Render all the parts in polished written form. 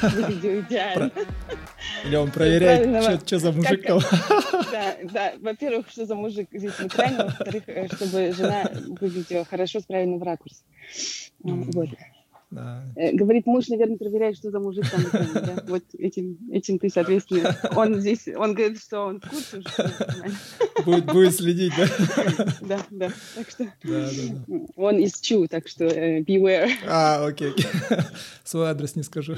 выглядел идеально. Или он проверяет, что за мужик там. Да. Во-первых, что за мужик здесь в экране. Во-вторых, чтобы жена выглядела хорошо с правильным ракурсом. Вот. Да. Говорит, муж, наверное, проверяет, что за мужик там в экране, да? Вот этим ты, соответственно, он говорит, что он в курсе уже. Будет следить, да? Да. Так что да. он из Чу, так что beware. Окей. Свой адрес не скажу.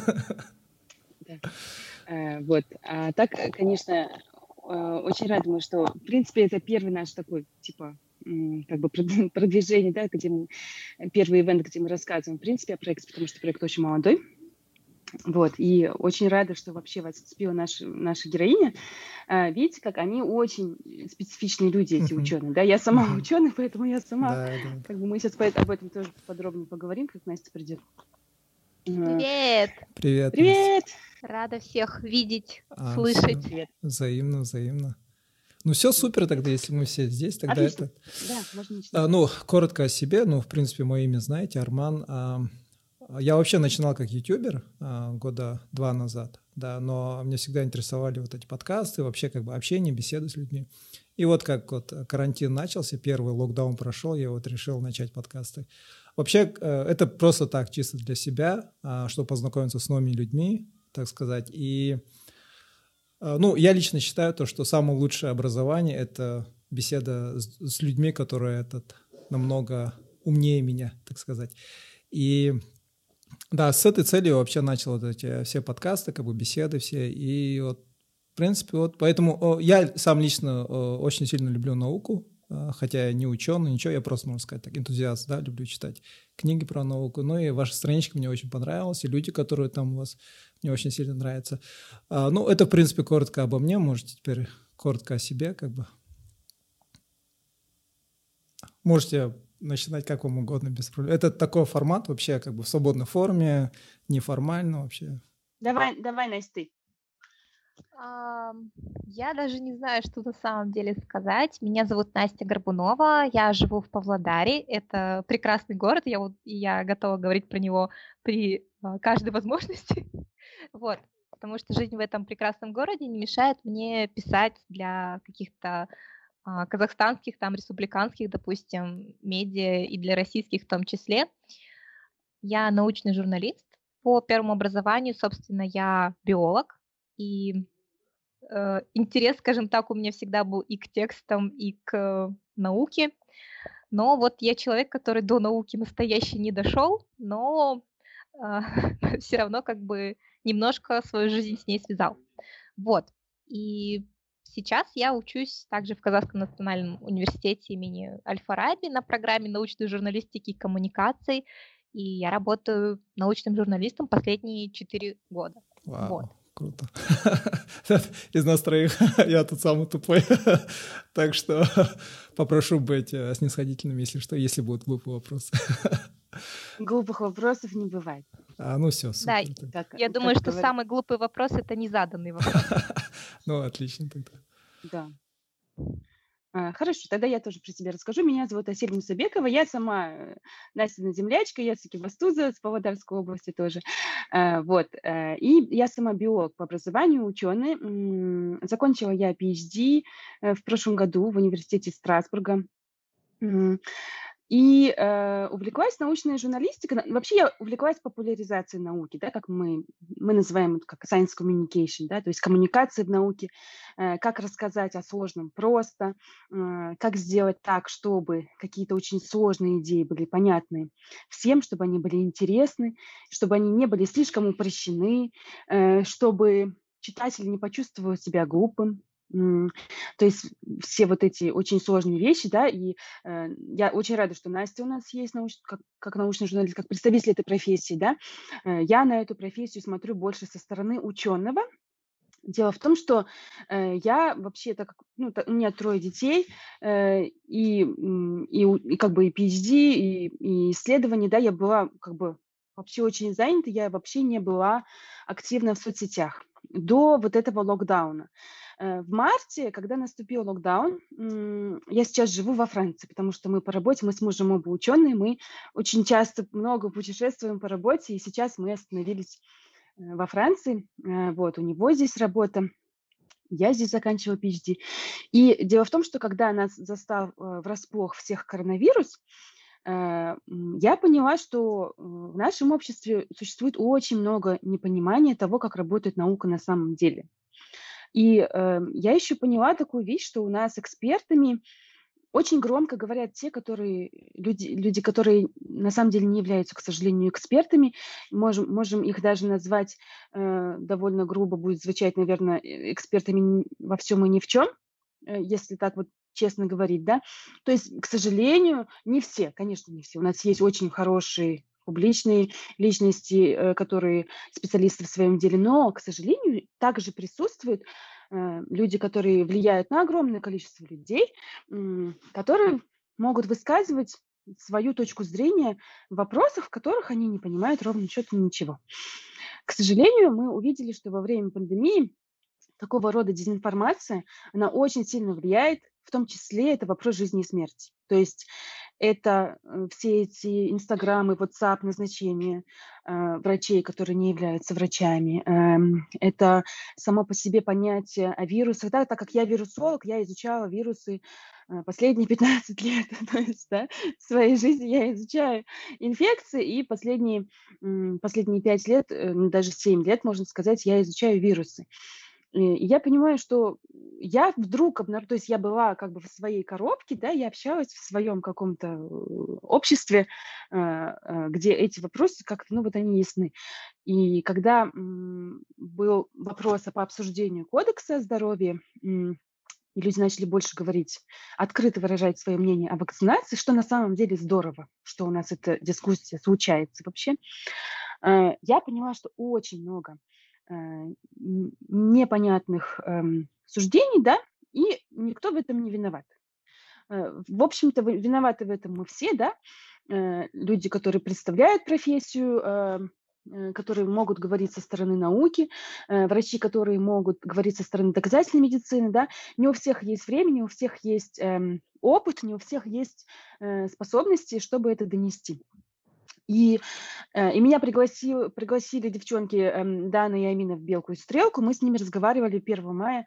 Вот. А так, конечно, очень рада, что, в принципе, это первый наш такой, типа, как бы продвижение, да, первый ивент, где мы рассказываем, в принципе, о проекте, потому что проект очень молодой. Вот, и очень рада, что вообще вас зацепила наша героиня. Видите, как они очень специфичные люди, эти ученые, да, я сама ученый, поэтому я сама, как бы мы сейчас об этом тоже подробно поговорим, как Настя придет. Привет. Рада всех видеть, слышать. Привет. Взаимно. Ну, все супер тогда, если мы все здесь, тогда отлично. это... Да, можно начинать. Коротко о себе. В принципе, мое имя знаете, Арман. Я вообще начинал как ютубер 2 года назад, да, но меня всегда интересовали вот эти подкасты, вообще как бы общение, беседы с людьми. И вот как карантин начался, первый локдаун прошел, я решил начать подкасты. Вообще, это просто так, чисто для себя, чтобы познакомиться с новыми людьми, так сказать. И, я лично считаю то, что самое лучшее образование – это беседа с людьми, которые намного умнее меня, так сказать. И да, с этой целью вообще начал эти все подкасты, как бы беседы все. И в принципе, поэтому я сам лично очень сильно люблю науку, хотя я не ученый, ничего, я просто, можно сказать, так, энтузиаст, да, люблю читать книги про науку. И ваша страничка мне очень понравилась, и люди, которые там у вас, мне очень сильно нравятся. Это, в принципе, коротко обо мне, можете теперь коротко о себе, как бы. Можете начинать как вам угодно, без проблем. Это такой формат вообще, как бы в свободной форме, неформально вообще. Давай, Настя, ты. Я даже не знаю, что на самом деле сказать. Меня зовут Настя Горбунова, я живу в Павлодаре. Это прекрасный город, я готова говорить про него при каждой возможности. Вот, потому что жизнь в этом прекрасном городе не мешает мне писать для каких-то казахстанских, там, республиканских, допустим, медиа и для российских в том числе. Я научный журналист. По первому образованию, собственно, я биолог. И интерес, скажем так, у меня всегда был и к текстам, и к науке. Но я человек, который до науки настоящей не дошел, но все равно как бы немножко свою жизнь с ней связал. Вот. И сейчас я учусь также в Казахском национальном университете имени Аль-Фараби на программе научной журналистики и коммуникаций, и я работаю научным журналистом последние 4 года. Вау, вот. Круто. Из нас троих я тут самый тупой, так что попрошу быть снисходительным, если что, если будут глупые вопросы. Глупых вопросов не бывает. Все, супер. Да, я думаю, что самый глупый вопрос – это незаданный вопрос. Отлично тогда. Да. Хорошо, тогда я тоже про себя расскажу. Меня зовут Асель Мусабекова. Я сама Настина землячка, я с Экибастуза, с Павлодарской области тоже. Вот. И я сама биолог по образованию, ученый. Закончила я PhD в прошлом году в университете Страсбурга. И увлеклась научной журналистикой. Вообще я увлеклась популяризацией науки, да, как мы называем это как science communication, да, то есть коммуникация в науке, как рассказать о сложном просто, как сделать так, чтобы какие-то очень сложные идеи были понятны всем, чтобы они были интересны, чтобы они не были слишком упрощены, чтобы читатель не почувствовал себя глупым. То есть все вот эти очень сложные вещи, да, и я очень рада, что Настя у нас есть как научный журналист, как представитель этой профессии, да. Я на эту профессию смотрю больше со стороны ученого. Дело в том, что я вообще, так как у меня 3 детей, и как бы и PhD, и исследования, да, я была как бы вообще очень занята, я вообще не была активна в соцсетях до вот этого локдауна. В марте, когда наступил локдаун, я сейчас живу во Франции, потому что мы по работе, мы с мужем оба ученые, мы очень часто много путешествуем по работе, и сейчас мы остановились во Франции. Вот, у него здесь работа. Я здесь заканчивала PhD. И дело в том, что когда нас застал врасплох всех коронавирус, я поняла, что в нашем обществе существует очень много непонимания того, как работает наука на самом деле. И я еще поняла такую вещь, что у нас экспертами очень громко говорят те, люди, которые на самом деле не являются, к сожалению, экспертами. Можем их даже назвать довольно грубо, будет звучать, наверное, экспертами во всем и ни в чем, если так вот честно говорить, да. То есть, к сожалению, не все, конечно, не все. У нас есть очень хорошие публичные личности, которые специалисты в своем деле, но, к сожалению, также присутствуют люди, которые влияют на огромное количество людей, которые могут высказывать свою точку зрения в вопросах, в которых они не понимают ровным счетом ничего. К сожалению, мы увидели, что во время пандемии такого рода дезинформация, она очень сильно влияет, в том числе это вопрос жизни и смерти. То есть это все эти инстаграмы, WhatsApp, назначения врачей, которые не являются врачами. Это само по себе понятие о вирусах. Да, так как я вирусолог, я изучала вирусы последние 15 лет. То есть да, в своей жизни я изучаю инфекции, и последние 5 лет, даже 7 лет, можно сказать, я изучаю вирусы. И я понимаю, что я вдруг обнаружила, то есть я была как бы в своей коробке, да, я общалась в своем каком-то обществе, где эти вопросы как-то, ну вот они ясны. И когда был вопрос по обсуждению кодекса здоровья, и люди начали больше говорить, открыто выражать свое мнение о вакцинации, что на самом деле здорово, что у нас эта дискуссия случается вообще, я поняла, что очень много непонятных суждений, да, и никто в этом не виноват. В общем-то, виноваты в этом мы все, да, люди, которые представляют профессию, которые могут говорить со стороны науки, врачи, которые могут говорить со стороны доказательной медицины, да, не у всех есть время, не у всех есть опыт, не у всех есть способности, чтобы это донести. И меня пригласили девчонки Дана и Амина в «Белку и стрелку». Мы с ними разговаривали 1 мая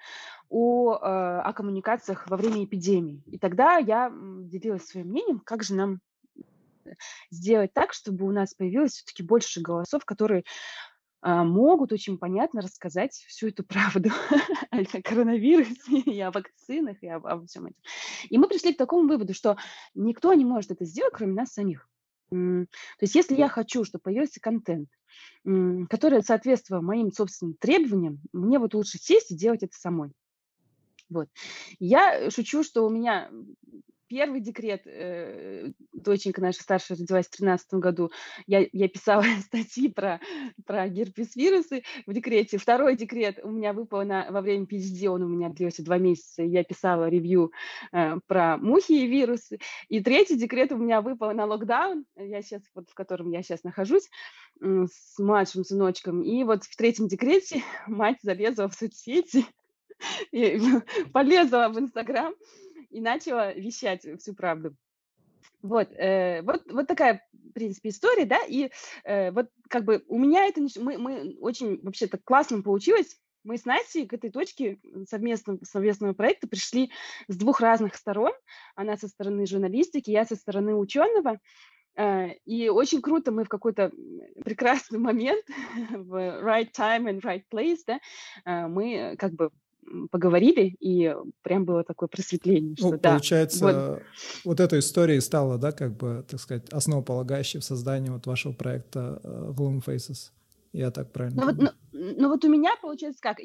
о коммуникациях во время эпидемии. И тогда я делилась своим мнением, как же нам сделать так, чтобы у нас появилось все-таки больше голосов, которые могут очень понятно рассказать всю эту правду о коронавирусе и о вакцинах, и обо всем этом. И мы пришли к такому выводу, что никто не может это сделать, кроме нас самих. То есть если я хочу, чтобы появился контент, который соответствовал моим собственным требованиям, мне вот лучше сесть и делать это самой. Вот. Я шучу, что у меня первый декрет, доченька наша старшая родилась в 2013 году, я писала статьи про герпес-вирусы в декрете. Второй декрет у меня выпал во время PhD, он у меня длился 2 месяца, и я писала ревью про мухи и вирусы. И третий декрет у меня выпал на локдаун, в котором я сейчас нахожусь, с младшим сыночком. И вот в третьем декрете мать залезла в соцсети, и полезла в Инстаграм и начала вещать всю правду. Вот такая, в принципе, история, да, и вот как бы у меня это, мы очень вообще-то классно получилось. Мы с Настей к этой точке совместного проекта пришли с 2 разных сторон. Она со стороны журналистики, я со стороны ученого. И очень круто мы в какой-то прекрасный момент, в right time and right place, да, мы как бы поговорили, и прям было такое просветление, что да. Получается, вот эта история стала, да, как бы, так сказать, основополагающей в создании вот вашего проекта Gloom Faces. Я так правильно понимаю? Ну вот у меня получается как,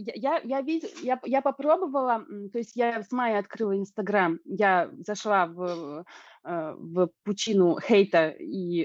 я попробовала, то есть я с мая открыла Инстаграм, я зашла в пучину хейта, и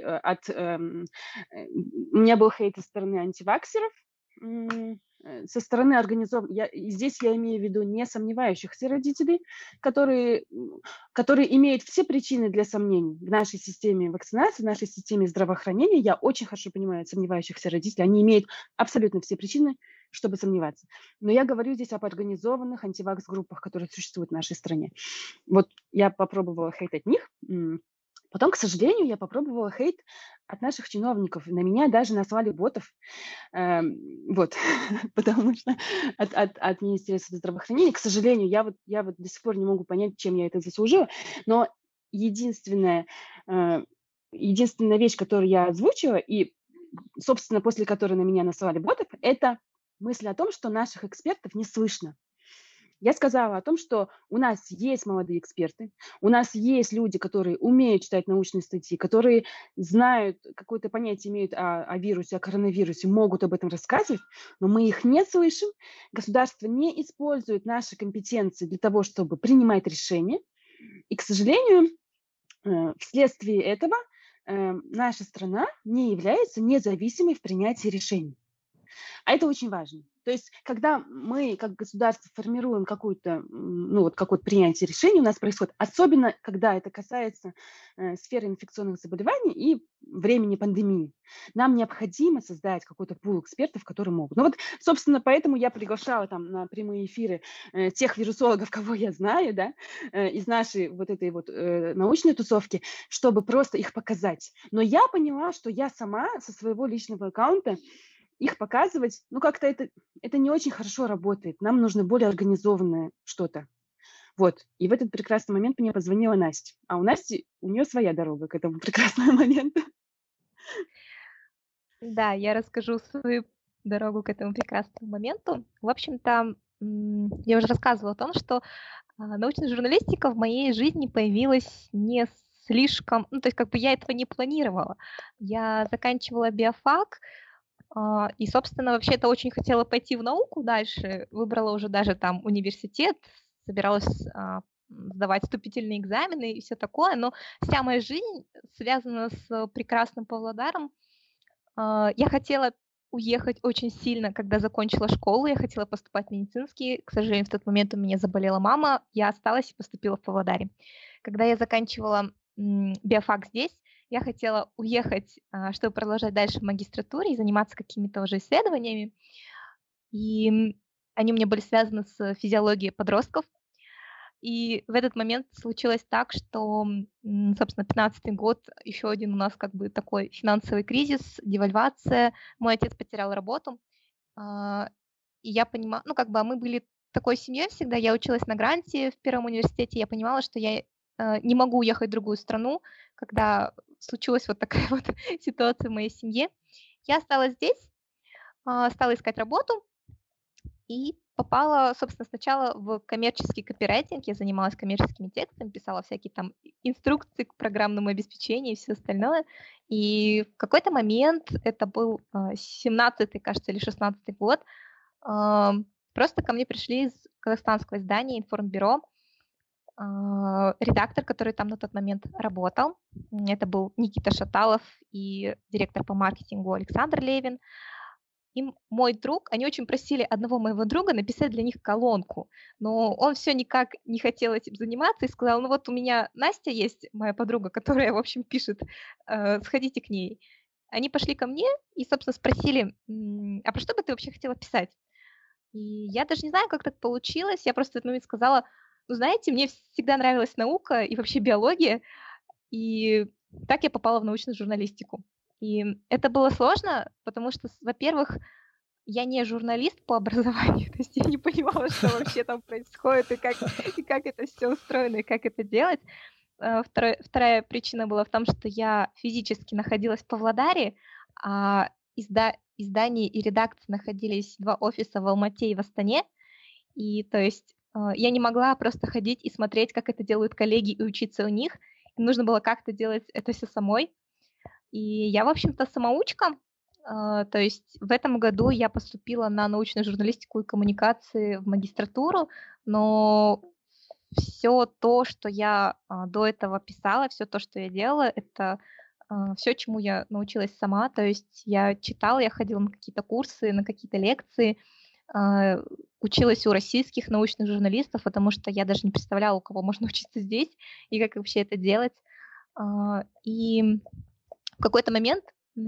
у меня был хейт со стороны антиваксеров, со стороны здесь я имею в виду не сомневающихся родителей, которые имеют все причины для сомнений в нашей системе вакцинации, в нашей системе здравоохранения. Я очень хорошо понимаю сомневающихся родителей, они имеют абсолютно все причины, чтобы сомневаться. Но я говорю здесь об организованных антивакс-группах, которые существуют в нашей стране. Вот я попробовала хейтать них, Потом, к сожалению, я попробовала хейт от наших чиновников. На меня даже назвали ботов. Вот, потому что от Министерства здравоохранения, к сожалению, я вот до сих пор не могу понять, чем я это заслужила, но единственная вещь, которую я озвучила, и, собственно, после которой на меня назвали ботов, это мысль о том, что наших экспертов не слышно. Я сказала о том, что у нас есть молодые эксперты, у нас есть люди, которые умеют читать научные статьи, которые знают, какое-то понятие имеют о вирусе, о коронавирусе, могут об этом рассказывать, но мы их не слышим. Государство не использует наши компетенции для того, чтобы принимать решения. И, к сожалению, вследствие этого наша страна не является независимой в принятии решений. А это очень важно. То есть, когда мы, как государство, формируем какое-то принятие решений, у нас происходит, особенно когда это касается сферы инфекционных заболеваний и времени пандемии, нам необходимо создать какой-то пул экспертов, которые могут. Ну вот, собственно, поэтому я приглашала там на прямые эфиры тех вирусологов, кого я знаю, да, из нашей вот этой вот научной тусовки, чтобы просто их показать. Но я поняла, что я сама со своего личного аккаунта их показывать, как-то это не очень хорошо работает. Нам нужно более организованное что-то. Вот. И в этот прекрасный момент мне позвонила Настя. А у Насти, у нее своя дорога к этому прекрасному моменту. Да, я расскажу свою дорогу к этому прекрасному моменту. В общем-то, я уже рассказывала о том, что научная журналистика в моей жизни появилась не слишком... то есть я этого не планировала. Я заканчивала биофак, и, собственно, вообще-то очень хотела пойти в науку дальше, выбрала уже даже там университет, собиралась сдавать вступительные экзамены и все такое, но вся моя жизнь связана с прекрасным Павлодаром. Я хотела уехать очень сильно, когда закончила школу, я хотела поступать в медицинский, к сожалению, в тот момент у меня заболела мама, я осталась и поступила в Павлодаре. Когда я заканчивала биофак здесь, я хотела уехать, чтобы продолжать дальше в магистратуре и заниматься какими-то уже исследованиями. И они у меня были связаны с физиологией подростков. И в этот момент случилось так, что, собственно, 15-й год, еще один у нас такой финансовый кризис, девальвация. Мой отец потерял работу. И я понимала, мы были такой семьей всегда. Я училась на гранте в первом университете. Я понимала, что я не могу уехать в другую страну, когда случилась вот такая вот ситуация в моей семье. Я осталась здесь, стала искать работу и попала, собственно, сначала в коммерческий копирайтинг. Я занималась коммерческими текстами, писала всякие там инструкции к программному обеспечению и все остальное. И в какой-то момент, это был 17-й, кажется, или 16-й год, просто ко мне пришли из казахстанского издания «Информбюро» редактор, который там на тот момент работал. Это был Никита Шаталов и директор по маркетингу Александр Левин. И мой друг, они очень просили одного моего друга написать для них колонку, но он все никак не хотел этим заниматься и сказал, у меня Настя есть, моя подруга, которая, в общем, пишет, сходите к ней. Они пошли ко мне и, собственно, спросили, а про что бы ты вообще хотела писать? И я даже не знаю, как так получилось, я просто в этот момент сказала, знаете, мне всегда нравилась наука и вообще биология, и так я попала в научную журналистику. И это было сложно, потому что, во-первых, я не журналист по образованию, то есть я не понимала, что вообще там происходит, и как это все устроено, и как это делать. Вторая причина была в том, что я физически находилась в Павлодаре, а издание и редакция находились 2 офиса в Алмате и в Астане, и то есть я не могла просто ходить и смотреть, как это делают коллеги, и учиться у них. Им нужно было как-то делать это все самой. И я, в общем-то, самоучка. То есть в этом году я поступила на научную журналистику и коммуникации в магистратуру, но все то, что я до этого писала, все то, что я делала, это все, чему я научилась сама. То есть я читала, я ходила на какие-то курсы, на какие-то лекции, училась у российских научных журналистов, потому что я даже не представляла, у кого можно учиться здесь и как вообще это делать. И в какой-то момент,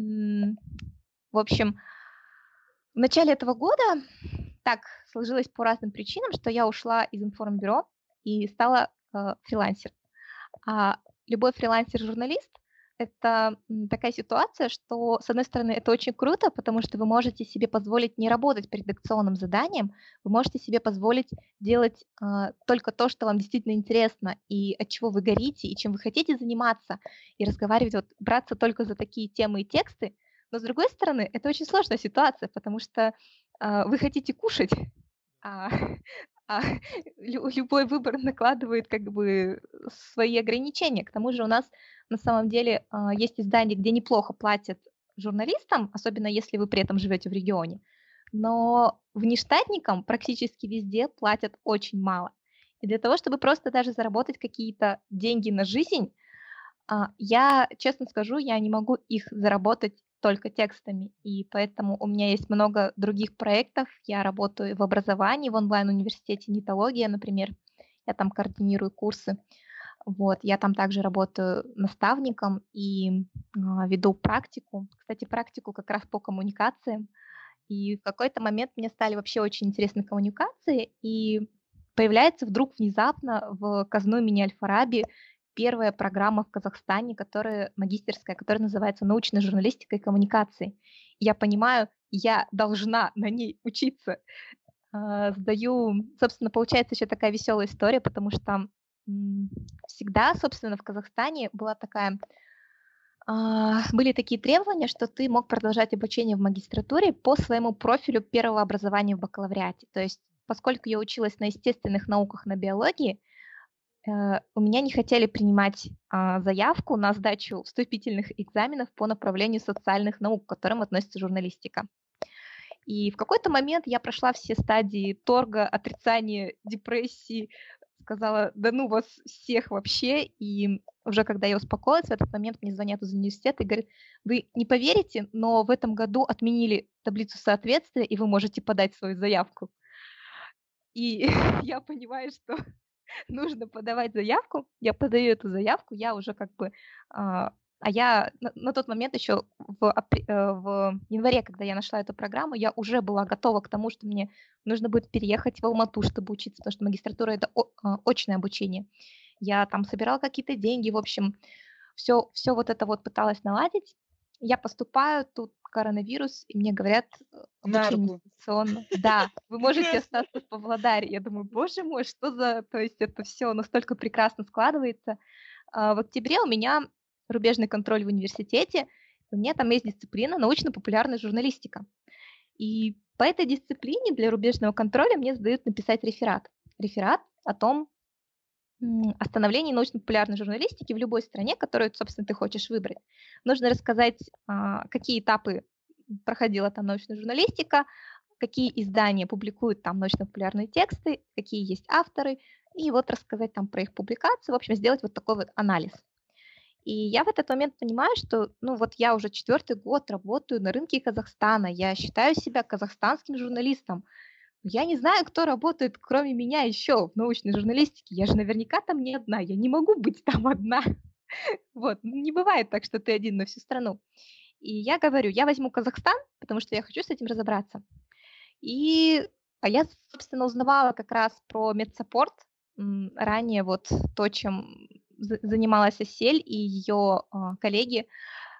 в общем, в начале этого года так сложилось по разным причинам, что я ушла из Информбюро и стала фрилансером. А любой фрилансер-журналист — это такая ситуация, что, с одной стороны, это очень круто, потому что вы можете себе позволить не работать по редакционным заданиям, вы можете себе позволить делать только то, что вам действительно интересно, и от чего вы горите, и чем вы хотите заниматься, и разговаривать, вот, браться только за такие темы и тексты. Но, с другой стороны, это очень сложная ситуация, потому что вы хотите кушать, а а любой выбор накладывает как бы свои ограничения. К тому же у нас на самом деле есть издания, где неплохо платят журналистам, особенно если вы при этом живете в регионе, но внештатникам практически везде платят очень мало. И для того, чтобы просто даже заработать какие-то деньги на жизнь, я, честно скажу, я не могу их заработать только текстами, и поэтому у меня есть много других проектов. Я работаю в образовании, в онлайн-университете нитология, например. Я там координирую курсы. Вот, я там также работаю наставником и веду практику. Кстати, практику как раз по коммуникациям. И в какой-то момент мне стали вообще очень интересны коммуникации, и появляется вдруг внезапно в казну имени Аль-Фараби первая программа в Казахстане, которая магистерская, которая называется «Научная журналистика и коммуникации». И я понимаю, я должна на ней учиться. Сдаю, собственно, получается еще такая веселая история, потому что всегда, собственно, в Казахстане была такая... Были такие требования, что ты мог продолжать обучение в магистратуре по своему профилю первого образования в бакалавриате. То есть, поскольку я училась на естественных науках, на биологии, у меня не хотели принимать заявку на сдачу вступительных экзаменов по направлению социальных наук, к которым относится журналистика. И в какой-то момент я прошла все стадии торга, отрицания, депрессии, сказала, да ну вас всех вообще, и уже когда я успокоилась, в этот момент мне звонят из университета и говорят, вы не поверите, но в этом году отменили таблицу соответствия, и вы можете подать свою заявку. И я понимаю, что нужно подавать заявку, я подаю эту заявку, я уже как бы... я на тот момент еще в январе, когда я нашла эту программу, я уже была готова к тому, что мне нужно будет переехать в Алмату, чтобы учиться, потому что магистратура — это очное обучение. Я там собирала какие-то деньги, в общем, все вот это вот пыталась наладить. Я поступаю, тут коронавирус, и мне говорят, обучение дистанционно. Да, вы можете остаться в Павлодаре. Я думаю, боже мой, что за... То есть это все настолько прекрасно складывается. В октябре у меня рубежный контроль в университете, у меня там есть дисциплина научно-популярная журналистика. И по этой дисциплине для рубежного контроля мне задают написать реферат. Реферат о том, о становлении научно-популярной журналистики в любой стране, которую, собственно, ты хочешь выбрать. Нужно рассказать, какие этапы проходила там научная журналистика, какие издания публикуют там научно-популярные тексты, какие есть авторы, и вот рассказать там про их публикации, в общем, сделать вот такой вот анализ. И я в этот момент понимаю, что, ну вот я уже 4-й год работаю на рынке Казахстана, я считаю себя казахстанским журналистом. Я не знаю, кто работает, кроме меня, еще в научной журналистике. Я же наверняка там не одна, я не могу быть там одна. Вот, не бывает так, что ты один на всю страну. И я говорю, я возьму Казахстан, потому что я хочу с этим разобраться. А я, собственно, узнавала как раз про медсаппорт ранее, вот то, чем занималась Асель и ее коллеги.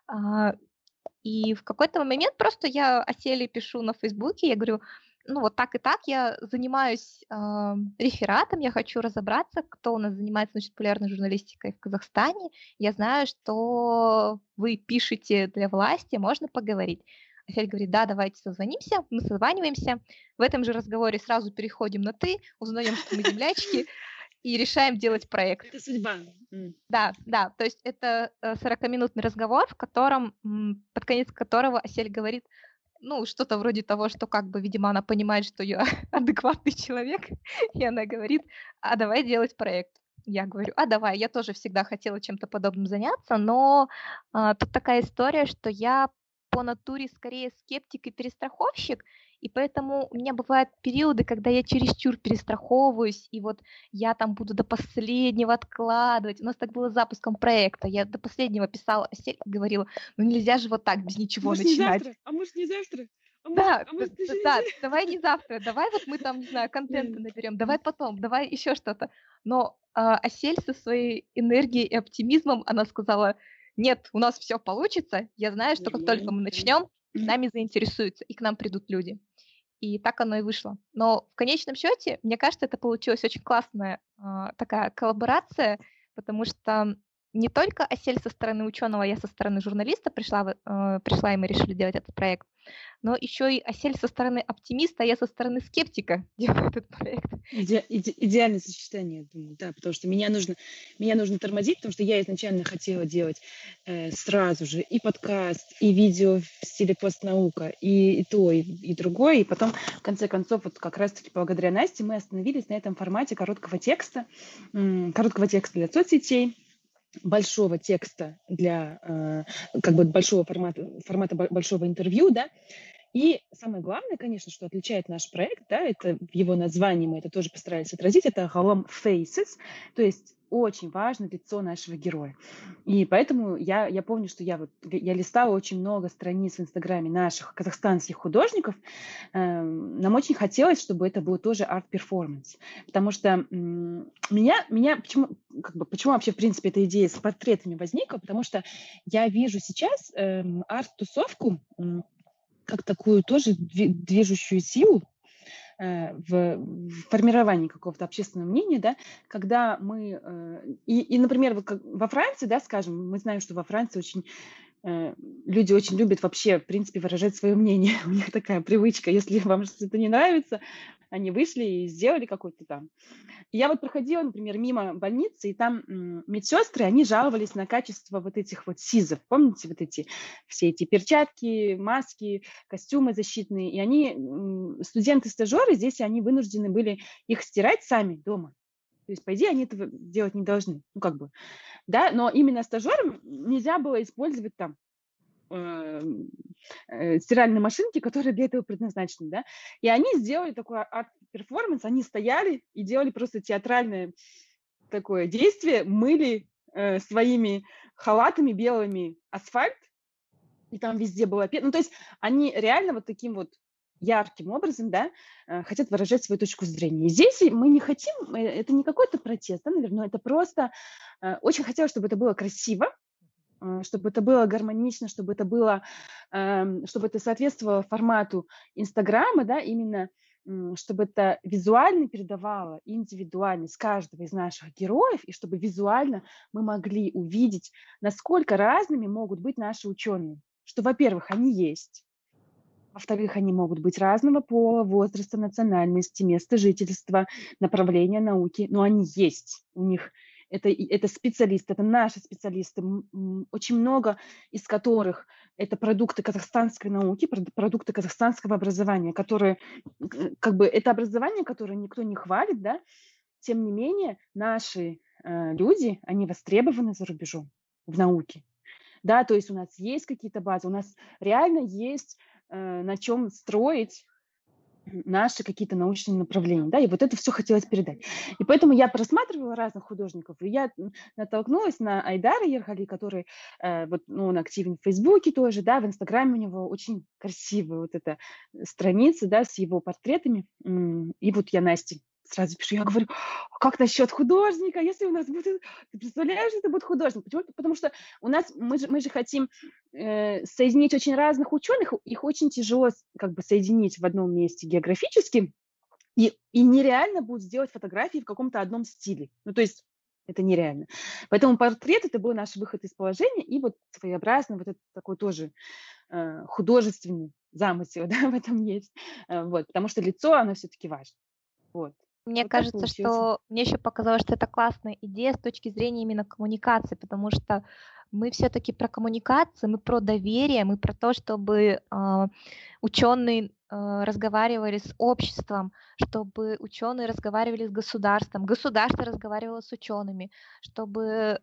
И в какой-то момент просто я Аселе пишу на Фейсбуке, я говорю, ну вот так и так, я занимаюсь рефератом, я хочу разобраться, кто у нас занимается научно-популярной журналистикой в Казахстане. Я знаю, что вы пишете для власти, можно поговорить. Асель говорит, да, давайте созвонимся, мы созваниваемся. В этом же разговоре сразу переходим на «ты», узнаем, что мы землячки, и решаем делать проект. Это судьба. Да, то есть это 40-минутный разговор, в котором, под конец которого Асель говорит, ну, что-то вроде того, что как бы, видимо, она понимает, что я адекватный человек, и она говорит, а давай делать проект. Я говорю, а давай, я тоже всегда хотела чем-то подобным заняться, но тут такая история, что я по натуре скорее скептик и перестраховщик, и поэтому у меня бывают периоды, когда я чересчур перестраховываюсь, и вот я там буду до последнего откладывать. У нас так было с запуском проекта. Я до последнего писала Асель и говорила, ну нельзя же вот так без ничего начинать. А может не завтра? Да, может, ты же да, давай не завтра, давай вот мы там, не знаю, контента не... наберем, давай потом, давай еще что-то. Но Асель со своей энергией и оптимизмом, она сказала, нет, у нас все получится, я знаю, что как только Нормально, мы да. начнем, нами заинтересуются, и к нам придут люди. И так оно и вышло. Но в конечном счете, мне кажется, это получилась очень классная такая коллаборация, потому что не только Асель со стороны ученого, я со стороны журналиста пришла, и мы решили делать этот проект, но еще и Асель со стороны оптимиста, а я со стороны скептика делаю этот проект. Идеальное сочетание, я думаю, да, потому что меня нужно тормозить, потому что я изначально хотела делать сразу же и подкаст, и видео в стиле постнаука, и то, и другое, и потом, в конце концов, вот как раз-таки благодаря Насте мы остановились на этом формате короткого текста для соцсетей, большого текста для как бы большого формата большого интервью, да. И самое главное, конечно, что отличает наш проект, да, это в его названии мы это тоже постарались отразить, это Галам Faces, то есть очень важно лицо нашего героя. И поэтому я помню, что я листала очень много страниц в Инстаграме наших казахстанских художников. Нам очень хотелось, чтобы это был тоже арт-перформанс, потому что меня почему вообще, в принципе, эта идея с портретами возникла, потому что я вижу сейчас арт-тусовку как такую тоже движущую силу в формировании какого-то общественного мнения, да, когда мы, например, вот во Франции, да, скажем, мы знаем, что во Франции люди очень любят вообще, в принципе, выражать свое мнение. У них такая привычка, если вам что-то не нравится, они вышли и сделали какой-то там. Я вот проходила, например, мимо больницы, и там медсестры, они жаловались на качество вот этих вот СИЗов. Помните вот все эти перчатки, маски, костюмы защитные? И они, студенты-стажеры здесь, они вынуждены были их стирать сами дома. То есть, по идее, они этого делать не должны. Ну, как бы, да, но именно стажерам нельзя было использовать там стиральные машинки, которые для этого предназначены, да, и они сделали такой арт-перформанс, они стояли и делали просто театральное такое действие, мыли своими халатами белыми асфальт, и там везде было... Ну, то есть они реально вот таким вот ярким образом, да, хотят выражать свою точку зрения. И здесь мы не хотим, это не какой-то протест, да, наверное, это просто очень хотелось, чтобы это было красиво, чтобы это было гармонично, чтобы это соответствовало формату Инстаграма, да, именно чтобы это визуально передавало индивидуальность каждого из наших героев, и чтобы визуально мы могли увидеть, насколько разными могут быть наши ученые. Что, во-первых, они есть, во-вторых, они могут быть разного пола, возраста, национальности, места жительства, направления науки, но они есть, у них это специалисты, это наши специалисты, очень много из которых это продукты казахстанской науки, продукты казахстанского образования, которые, как бы, это образование, которое никто не хвалит, да, тем не менее наши люди, они востребованы за рубежом в науке, да, то есть у нас есть какие-то базы, у нас реально есть на чем строить наши какие-то научные направления, да, и вот это все хотелось передать. И поэтому я просматривала разных художников, и я натолкнулась на Айдара Ерхали, который, он активен в Фейсбуке тоже, да, в Инстаграме у него очень красивая вот эта страница, да, с его портретами, и вот я Насте сразу пишу, я говорю, как насчет художника, если у нас будет, ты представляешь, это будет художник? Почему? Потому что у нас, мы же хотим соединить очень разных ученых, их очень тяжело как бы соединить в одном месте географически, и нереально будет сделать фотографии в каком-то одном стиле. Ну, то есть это нереально. Поэтому портрет – это был наш выход из положения, и вот своеобразно вот это такой тоже художественный замысел, да, в этом есть. Вот, потому что лицо, оно все-таки важно. Вот. Мне Вот так кажется, получилось. что мне еще показалось, что это классная идея с точки зрения именно коммуникации, потому что мы все-таки про коммуникацию, мы про доверие, мы про то, чтобы ученые разговаривали с обществом, чтобы ученые разговаривали с государством, государство разговаривало с учеными, чтобы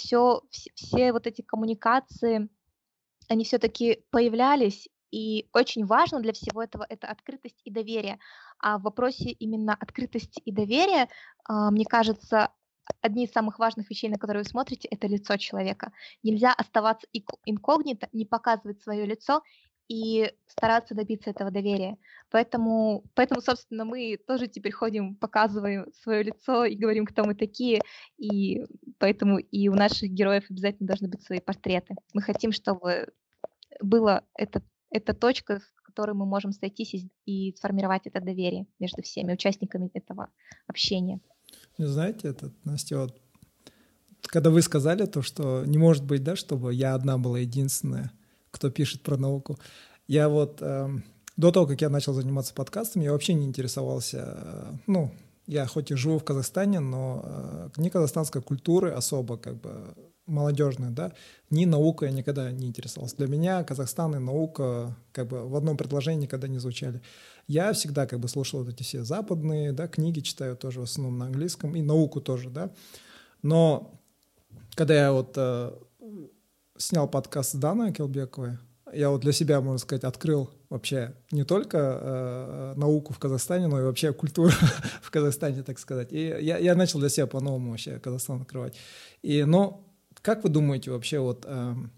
все вот эти коммуникации, они все-таки появлялись. И очень важно для всего этого это открытость и доверие. А в вопросе именно открытости и доверия, мне кажется, одни из самых важных вещей, на которые вы смотрите, это лицо человека. Нельзя оставаться инкогнито, не показывать свое лицо и стараться добиться этого доверия. Поэтому, собственно, мы тоже теперь ходим, показываем свое лицо и говорим, кто мы такие, и поэтому и у наших героев обязательно должны быть свои портреты. Мы хотим, чтобы была эта точка, с которой мы можем сойтись и сформировать это доверие между всеми участниками этого общения. Знаете, Настя, вот, когда вы сказали то, что не может быть, да, чтобы я одна была единственная, кто пишет про науку. Я вот до того, как я начал заниматься подкастом, я вообще не интересовался, я хоть и живу в Казахстане, но ни казахстанской культуры особо как бы молодежной, да, ни наукой я никогда не интересовался. Для меня Казахстан и наука как бы в одном предложении никогда не звучали. Я всегда как бы слушал вот эти все западные, да, книги читаю тоже в основном на английском, и науку тоже, да. Но когда я вот снял подкаст с Даной Келбековой, я вот для себя, можно сказать, открыл вообще не только науку в Казахстане, но и вообще культуру в Казахстане, так сказать. И я начал для себя по-новому вообще Казахстан открывать. Как вы думаете вообще вот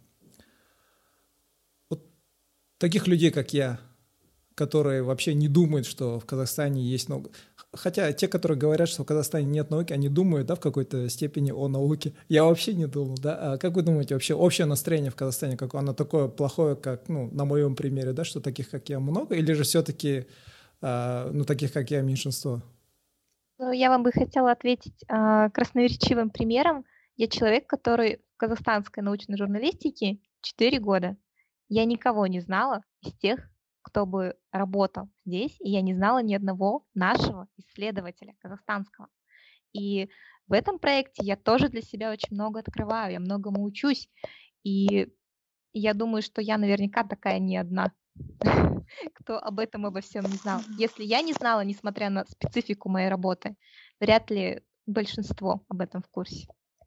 таких людей, как я, которые вообще не думают, что в Казахстане есть наука. Хотя те, которые говорят, что в Казахстане нет науки, они думают, да, в какой-то степени о науке. Я вообще не думал, да. А как вы думаете, вообще общее настроение в Казахстане, как оно такое плохое, как, на моем примере, да, что таких, как я, много, или же все-таки, таких, как я, меньшинство? Я вам бы хотела ответить красноречивым примером. Я человек, который в казахстанской научной журналистике 4 года. Я никого не знала из тех, кто бы работал здесь, и я не знала ни одного нашего исследователя казахстанского. И в этом проекте я тоже для себя очень много открываю, я многому учусь, и я думаю, что я наверняка такая не одна, кто об этом обо всем не знал. Если я не знала, несмотря на специфику моей работы, вряд ли большинство об этом в курсе.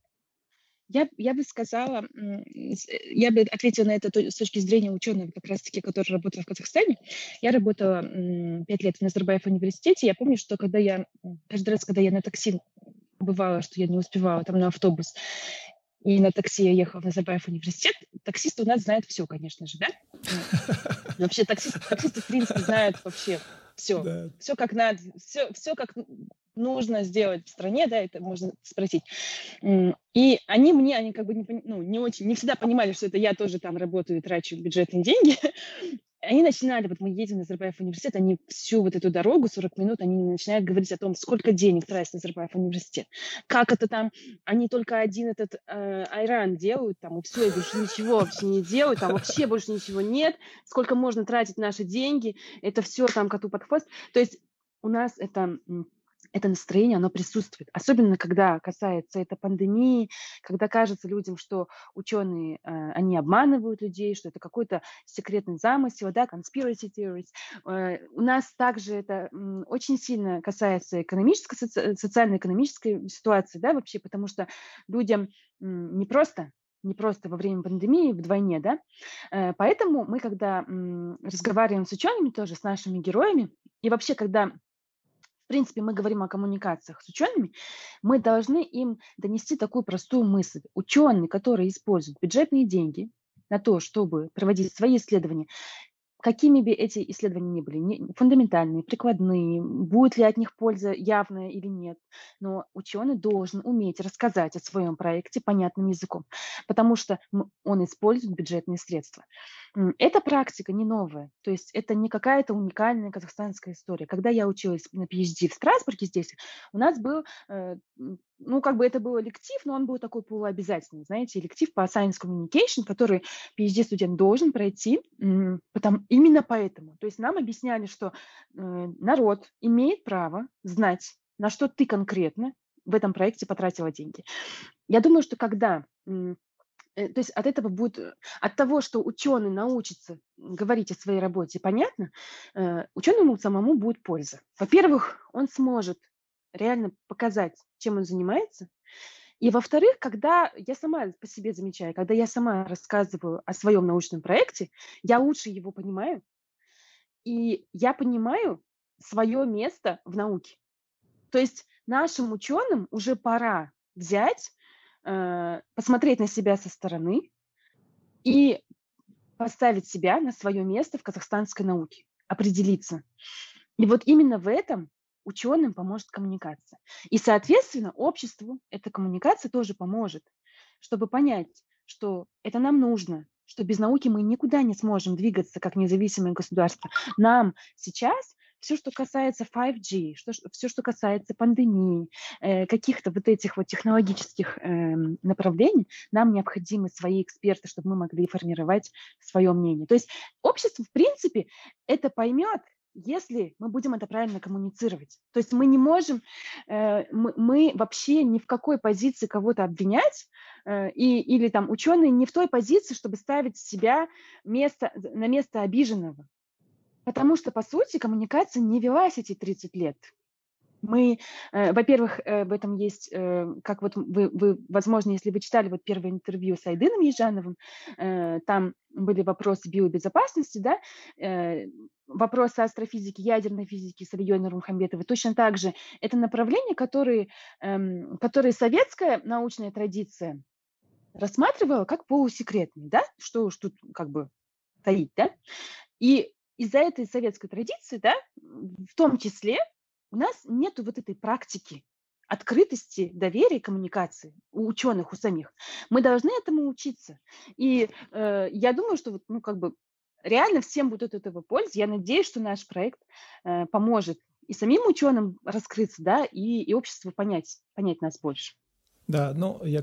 Я бы сказала, я бы ответила на это с точки зрения ученого, как раз-таки, который работал в Казахстане. Я работала 5 лет в Назарбаев университете. Я помню, что каждый раз, когда я на такси бывало, что я не успевала там на автобус, и на такси я ехала в Назарбаев университет, таксисты у нас знают все, конечно же, да? Вообще таксисты, в принципе, знают вообще все. Да. Все как надо, все как нужно сделать в стране, да, это можно спросить. И они как бы не всегда понимали, что это я тоже там работаю и трачу бюджетные деньги. Они начинали, вот мы едем в Назарбаев университет, они всю вот эту дорогу, 40 минут, они начинают говорить о том, сколько денег тратит Назарбаев университет, как это там, они только один этот айран делают, там, и все, и больше ничего вообще не делают, там вообще больше ничего нет, сколько можно тратить наши деньги, это все там коту под хвост. То есть у нас это настроение, оно присутствует. Особенно, когда касается это пандемии, когда кажется людям, что ученые, они обманывают людей, что это какой-то секретный замысел, да, conspiracy theories. У нас также это очень сильно касается социально-экономической ситуации, да, вообще, потому что людям не просто во время пандемии вдвойне, да. Поэтому мы, когда разговариваем с учеными тоже, с нашими героями, и вообще, когда в принципе, мы говорим о коммуникациях с учеными, мы должны им донести такую простую мысль. Ученые, которые используют бюджетные деньги на то, чтобы проводить свои исследования, какими бы эти исследования ни были, фундаментальные, прикладные, будет ли от них польза явная или нет, но ученый должен уметь рассказать о своем проекте понятным языком, потому что он использует бюджетные средства. Эта практика не новая, то есть это не какая-то уникальная казахстанская история. Когда я училась на PhD в Страсбурге здесь, у нас был, это был электив, но он был такой полуобязательный, знаете, электив по Science Communication, который PhD-студент должен пройти, именно поэтому. То есть нам объясняли, что народ имеет право знать, на что ты конкретно в этом проекте потратила деньги. Я думаю, что когда... То есть от этого будет, от того, что ученый научится говорить о своей работе понятно, ученому самому будет польза. Во-первых, он сможет реально показать, чем он занимается. И во-вторых, когда я сама по себе замечаю, когда я сама рассказываю о своем научном проекте, я лучше его понимаю, и я понимаю свое место в науке. То есть нашим ученым уже пора взять, посмотреть на себя со стороны и поставить себя на свое место в казахстанской науке, определиться. И вот именно в этом ученым поможет коммуникация. И, соответственно, обществу эта коммуникация тоже поможет, чтобы понять, что это нам нужно, что без науки мы никуда не сможем двигаться как независимое государство. Нам сейчас все, что касается 5G, все, что касается пандемии, каких-то вот этих вот технологических направлений, нам необходимы свои эксперты, чтобы мы могли формировать свое мнение. То есть общество, в принципе, это поймет, если мы будем это правильно коммуницировать. То есть мы не можем, мы вообще ни в какой позиции кого-то обвинять, или там ученые не в той позиции, чтобы ставить себя на место обиженного. Потому что, по сути, коммуникация не велась эти 30 лет. Мы, во-первых, в этом есть, как вот вы, возможно, если вы читали вот первое интервью с Айдыном Ежановым, там были вопросы биобезопасности, да, вопросы астрофизики, ядерной физики с Ильей Нурмухамбетовой. Точно так же это направление, которые советская научная традиция рассматривала как полусекретные, да, что уж тут как бы стоит, да. И из-за этой советской традиции, да, в том числе у нас нет вот этой практики открытости, доверия, коммуникации у ученых, у самих. Мы должны этому учиться. И я думаю, что вот, как бы реально всем будет от этого польза. Я надеюсь, что наш проект поможет и самим ученым раскрыться, да, и обществу понять нас больше. Да,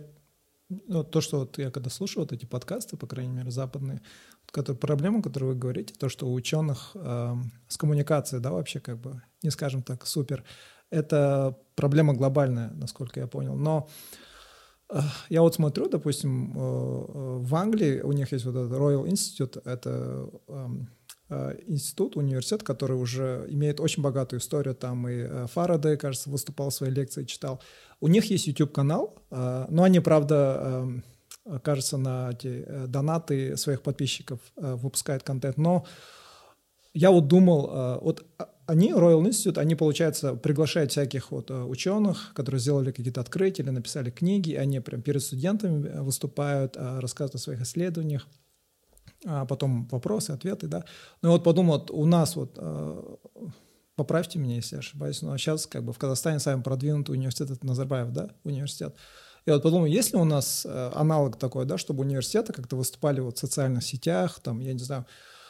то, что вот я когда слушаю вот эти подкасты, по крайней мере, западные, проблема, о которой вы говорите, то, что у ученых с коммуникацией, да, вообще как бы, не скажем так, супер, это проблема глобальная, насколько я понял. Но я вот смотрю, допустим, в Англии у них есть вот этот Royal Institute, это институт, университет, который уже имеет очень богатую историю, там и Фарадей, кажется, выступал в своей лекции, читал. У них есть YouTube-канал, но они, правда, кажется, на эти донаты своих подписчиков выпускают контент, но я вот думал, вот они, Royal Institute, они, получается, приглашают всяких вот ученых, которые сделали какие-то открытия или написали книги, они прям перед студентами выступают, рассказывают о своих исследованиях, а потом вопросы, ответы, да. Ну и вот подумал, вот у нас вот, поправьте меня, если я ошибаюсь, но сейчас как бы в Казахстане самый продвинутый университет, это Назарбаев, да, университет. Я вот подумал, есть ли у нас аналог такой, да, чтобы университеты как-то выступали вот в социальных сетях, там, я не знаю.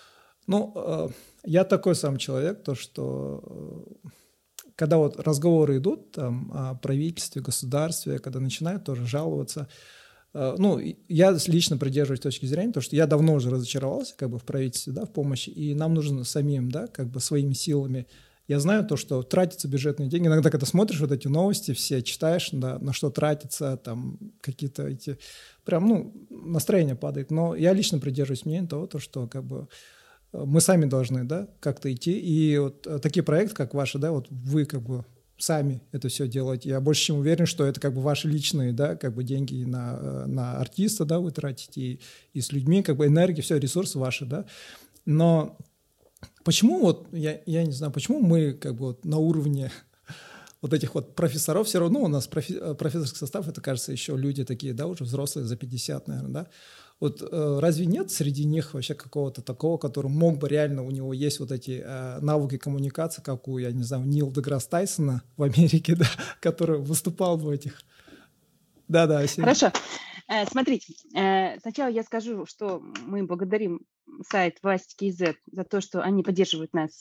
Ну, я такой сам человек, то что когда вот разговоры идут там о правительстве, государстве, когда начинают тоже жаловаться, ну, я лично придерживаюсь точки зрения, то, что я давно уже разочаровался как бы в правительстве, да, в помощи, и нам нужно самим, да, как бы своими силами. Я знаю то, что тратятся бюджетные деньги. Иногда, когда смотришь вот эти новости, все читаешь, да, на что тратятся, там какие-то эти... Прям, настроение падает. Но я лично придерживаюсь мнения того, то, что как бы мы сами должны, да, как-то идти. И вот такие проекты, как ваши, да, вот вы как бы сами это все делаете. Я больше чем уверен, что это как бы ваши личные, да, как бы деньги на артиста, да, вы тратите, и с людьми, как бы энергия, все, ресурсы ваши, да. Но почему вот, я не знаю, почему мы как бы вот на уровне вот этих вот профессоров, все равно у нас профессорский состав, это, кажется, еще люди такие, да, уже взрослые, за 50, наверное, да. Вот разве нет среди них вообще какого-то такого, который мог бы реально, у него есть вот эти навыки коммуникации, как у, я не знаю, Нил Деграсс Тайсона в Америке, да, который выступал в этих... Да, Асень. Хорошо. Смотрите, сначала я скажу, что мы благодарим сайт Власть КИЗ за то, что они поддерживают нас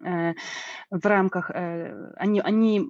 в рамках... Они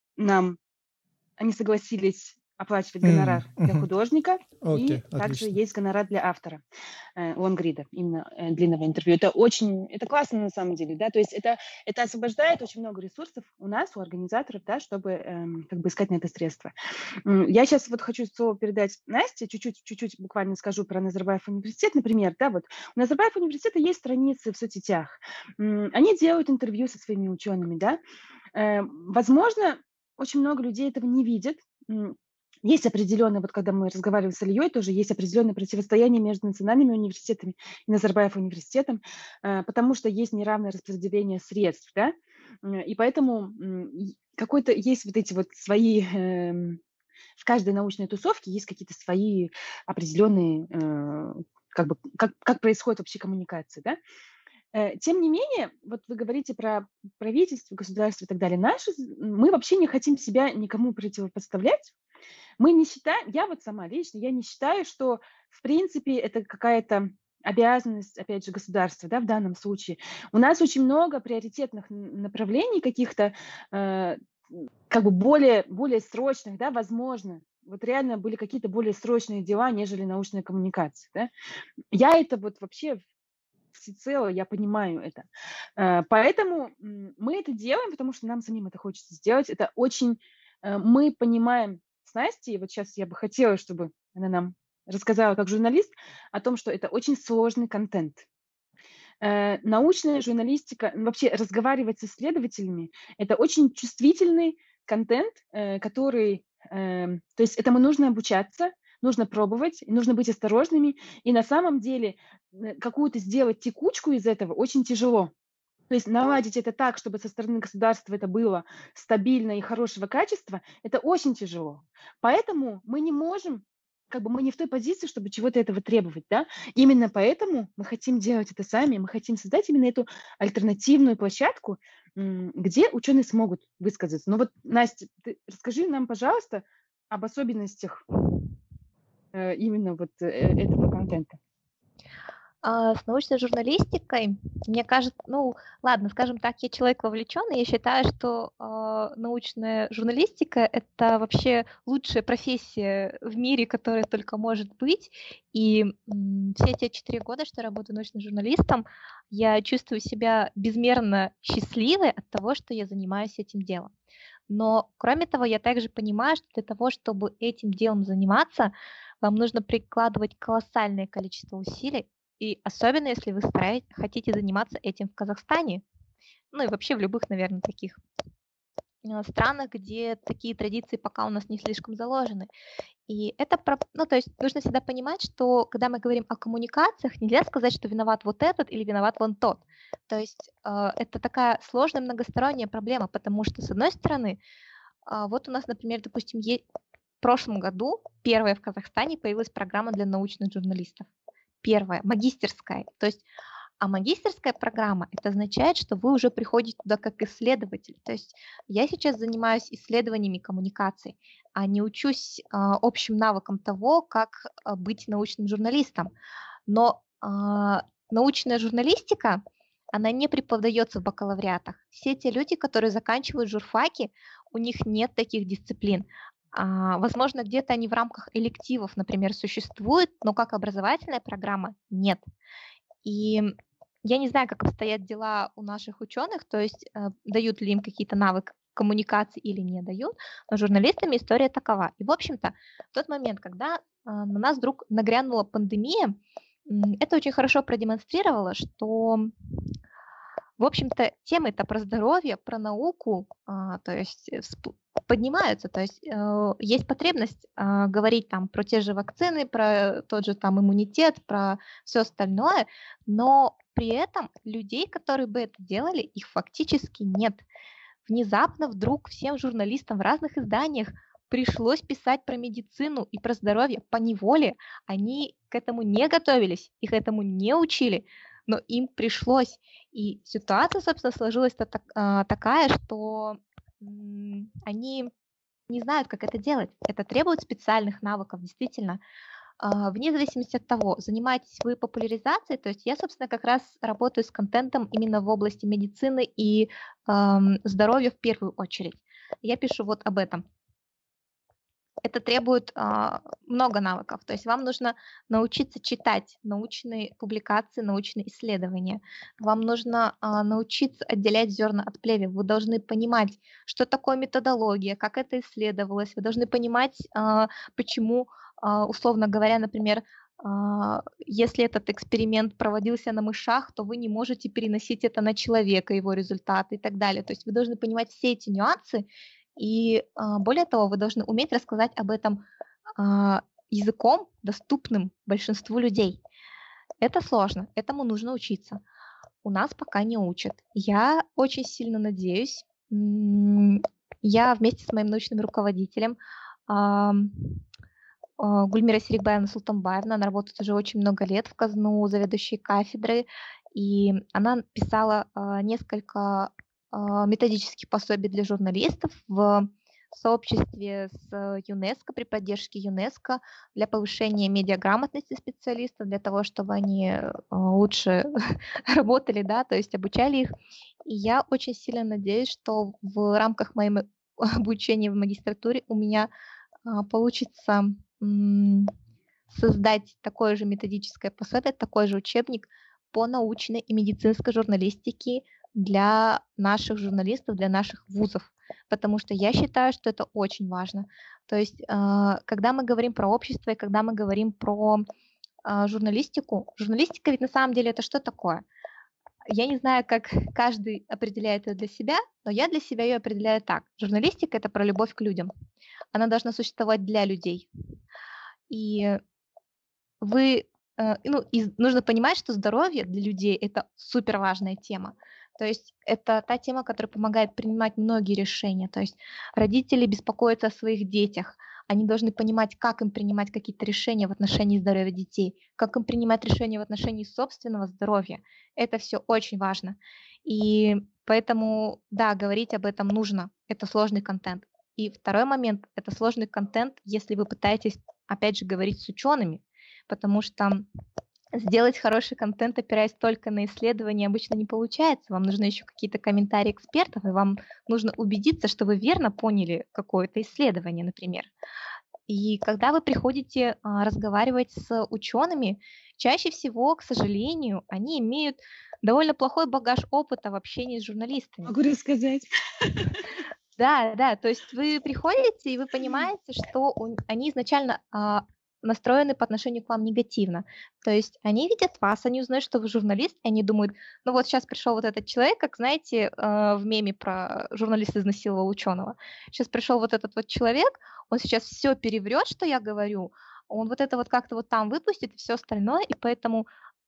согласились оплачивать гонорар для художника, и также есть гонорар для автора лонгрида, именно длинного интервью. Это классно на самом деле, да, то есть это освобождает очень много ресурсов у нас, у организаторов, да, чтобы как бы искать на это средства. Я сейчас вот хочу слово передать Насте, чуть-чуть буквально скажу про Назарбаев университет, например, да, вот у Назарбаев университета есть страницы в соцсетях, они делают интервью со своими учеными, да, возможно, очень много людей этого не видят. Есть определенное, вот когда мы разговаривали с Ильей, тоже есть определенное противостояние между национальными университетами и Назарбаев университетом, потому что есть неравное распределение средств, да, и поэтому какой-то есть вот эти вот свои, в каждой научной тусовке есть какие-то свои определенные как происходит вообще коммуникация, да. Тем не менее, вот вы говорите про правительство, государство и так далее. Мы вообще не хотим себя никому противопоставлять. Мы не считаем, я вот сама лично, я не считаю, что в принципе это какая-то обязанность, опять же, государства, да, в данном случае. У нас очень много приоритетных направлений каких-то, более срочных, да, возможно. Вот реально были какие-то более срочные дела, нежели научная коммуникация, да. Я это вот вообще всецело, я понимаю это. Поэтому мы это делаем, потому что нам самим это хочется сделать. Это очень... Мы понимаем с Настей, вот сейчас я бы хотела, чтобы она нам рассказала как журналист о том, что это очень сложный контент. Научная журналистика, вообще разговаривать с исследователями, это очень чувствительный контент, который... То есть этому нужно обучаться, нужно пробовать, нужно быть осторожными. И на самом деле какую-то сделать текучку из этого очень тяжело. То есть наладить это так, чтобы со стороны государства это было стабильно и хорошего качества, это очень тяжело. Поэтому мы не можем, мы не в той позиции, чтобы чего-то этого требовать, да. Именно поэтому мы хотим делать это сами, мы хотим создать именно эту альтернативную площадку, где ученые смогут высказаться. Ну вот, Настя, ты расскажи нам, пожалуйста, об особенностях именно вот этого контента. С научной журналистикой, мне кажется, ладно, скажем так, я человек вовлеченный, я считаю, что научная журналистика — это вообще лучшая профессия в мире, которая только может быть, и все те 4 года, что я работаю научным журналистом, я чувствую себя безмерно счастливой от того, что я занимаюсь этим делом. Но, кроме того, я также понимаю, что для того, чтобы этим делом заниматься, вам нужно прикладывать колоссальное количество усилий, и особенно, если вы хотите заниматься этим в Казахстане, ну и вообще в любых, наверное, таких странах, где такие традиции пока у нас не слишком заложены. И это, то есть нужно всегда понимать, что когда мы говорим о коммуникациях, нельзя сказать, что виноват вот этот или виноват вон тот. То есть это такая сложная многосторонняя проблема, потому что, с одной стороны, вот у нас, например, допустим, в прошлом году первая в Казахстане появилась программа для научных журналистов. Первая, магистерская. То есть, магистерская программа, это означает, что вы уже приходите туда как исследователь. То есть я сейчас занимаюсь исследованиями коммуникаций, а не учусь общим навыкам того, как быть научным журналистом. Но научная журналистика, она не преподается в бакалавриатах. Все те люди, которые заканчивают журфаки, у них нет таких дисциплин. Возможно, где-то они в рамках элективов, например, существуют, но как образовательная программа нет. И я не знаю, как обстоят дела у наших ученых, то есть дают ли им какие-то навыки коммуникации или не дают, но журналистами история такова. И, в общем-то, в тот момент, когда на нас вдруг нагрянула пандемия, это очень хорошо продемонстрировало, что, в общем-то, темы-то про здоровье, про науку, то есть поднимаются, то есть есть потребность говорить там про те же вакцины, про тот же там иммунитет, про все остальное, но при этом людей, которые бы это делали, их фактически нет. Внезапно вдруг всем журналистам в разных изданиях пришлось писать про медицину и про здоровье поневоле. Они к этому не готовились, их этому не учили, но им пришлось. И ситуация, собственно, сложилась такая, что они не знают, как это делать. Это требует специальных навыков, действительно. Вне зависимости от того, занимаетесь вы популяризацией, то есть я, собственно, как раз работаю с контентом именно в области медицины и здоровья в первую очередь. Я пишу вот об этом. Это требует много навыков, то есть вам нужно научиться читать научные публикации, научные исследования. Вам нужно научиться отделять зерна от плевел. Вы должны понимать, что такое методология, как это исследовалось. Вы должны понимать, почему, условно говоря, например, если этот эксперимент проводился на мышах, то вы не можете переносить это на человека, его результаты и так далее. То есть вы должны понимать все эти нюансы, и более того, вы должны уметь рассказать об этом языком, доступным большинству людей. Это сложно, этому нужно учиться. У нас пока не учат. Я очень сильно надеюсь, я вместе с моим научным руководителем Гульмира Серикбаевна Султанбаевна, она работает уже очень много лет в КАЗНУ, заведующей кафедры, и она писала несколько методических пособий для журналистов в сообществе с ЮНЕСКО, при поддержке ЮНЕСКО для повышения медиаграмотности специалистов, для того, чтобы они лучше работали, да, то есть обучали их. И я очень сильно надеюсь, что в рамках моего обучения в магистратуре у меня получится создать такое же методическое пособие, такой же учебник по научной и медицинской журналистике для наших журналистов, для наших вузов, потому что я считаю, что это очень важно. То есть, когда мы говорим про общество и когда мы говорим про журналистику, журналистика ведь на самом деле это что такое? Я не знаю, как каждый определяет ее для себя, но я для себя ее определяю так. Журналистика — это про любовь к людям. Она должна существовать для людей. И нужно понимать, что здоровье для людей — это супер важная тема. То есть это та тема, которая помогает принимать многие решения. То есть родители беспокоятся о своих детях. Они должны понимать, как им принимать какие-то решения в отношении здоровья детей, как им принимать решения в отношении собственного здоровья. Это все очень важно. И поэтому, да, говорить об этом нужно. Это сложный контент. И второй момент — это сложный контент, если вы пытаетесь, опять же, говорить с учеными, потому что сделать хороший контент, опираясь только на исследования, обычно не получается. Вам нужны еще какие-то комментарии экспертов, и вам нужно убедиться, что вы верно поняли какое-то исследование, например. И когда вы приходите разговаривать с учеными, чаще всего, к сожалению, они имеют довольно плохой багаж опыта в общении с журналистами. Могу рассказать. Да, то есть вы приходите, и вы понимаете, что они изначально настроены по отношению к вам негативно. То есть они видят вас, они узнают, что вы журналист, и они думают, ну вот сейчас пришел вот этот человек, как знаете, в меме про журналист изнасиловал ученого. Сейчас пришел вот этот вот человек, он сейчас все переврет, что я говорю, он вот это вот как-то вот там выпустит и все остальное, и поэтому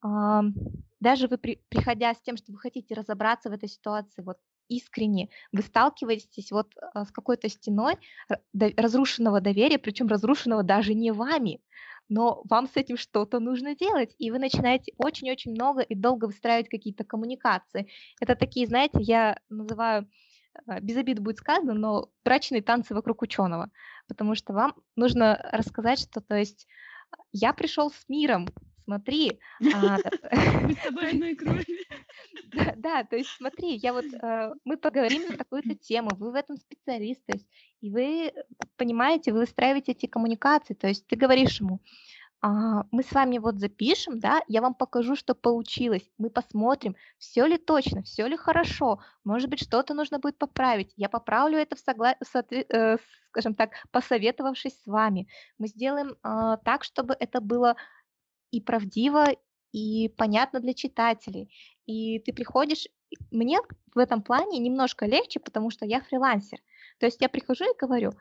даже вы, приходя с тем, что вы хотите разобраться в этой ситуации вот искренне, вы сталкиваетесь вот с какой-то стеной разрушенного доверия, причем разрушенного даже не вами, но вам с этим что-то нужно делать, и вы начинаете очень-очень много и долго выстраивать какие-то коммуникации. Это такие, знаете, я называю, без обид будет сказано, но брачные танцы вокруг ученого, потому что вам нужно рассказать, что, то есть, я пришел с миром, смотри. Мы с тобой одной крови. Да, то есть смотри, мы поговорим на такую-то тему, вы в этом специалист, то есть, и вы понимаете, вы выстраиваете эти коммуникации, то есть ты говоришь ему, мы с вами вот запишем, да, я вам покажу, что получилось, мы посмотрим, все ли точно, все ли хорошо, может быть, что-то нужно будет поправить, я поправлю это скажем так, посоветовавшись с вами, мы сделаем так, чтобы это было и правдиво, и понятно для читателей. И ты приходишь, мне в этом плане немножко легче, потому что я фрилансер. То есть я прихожу и говорю,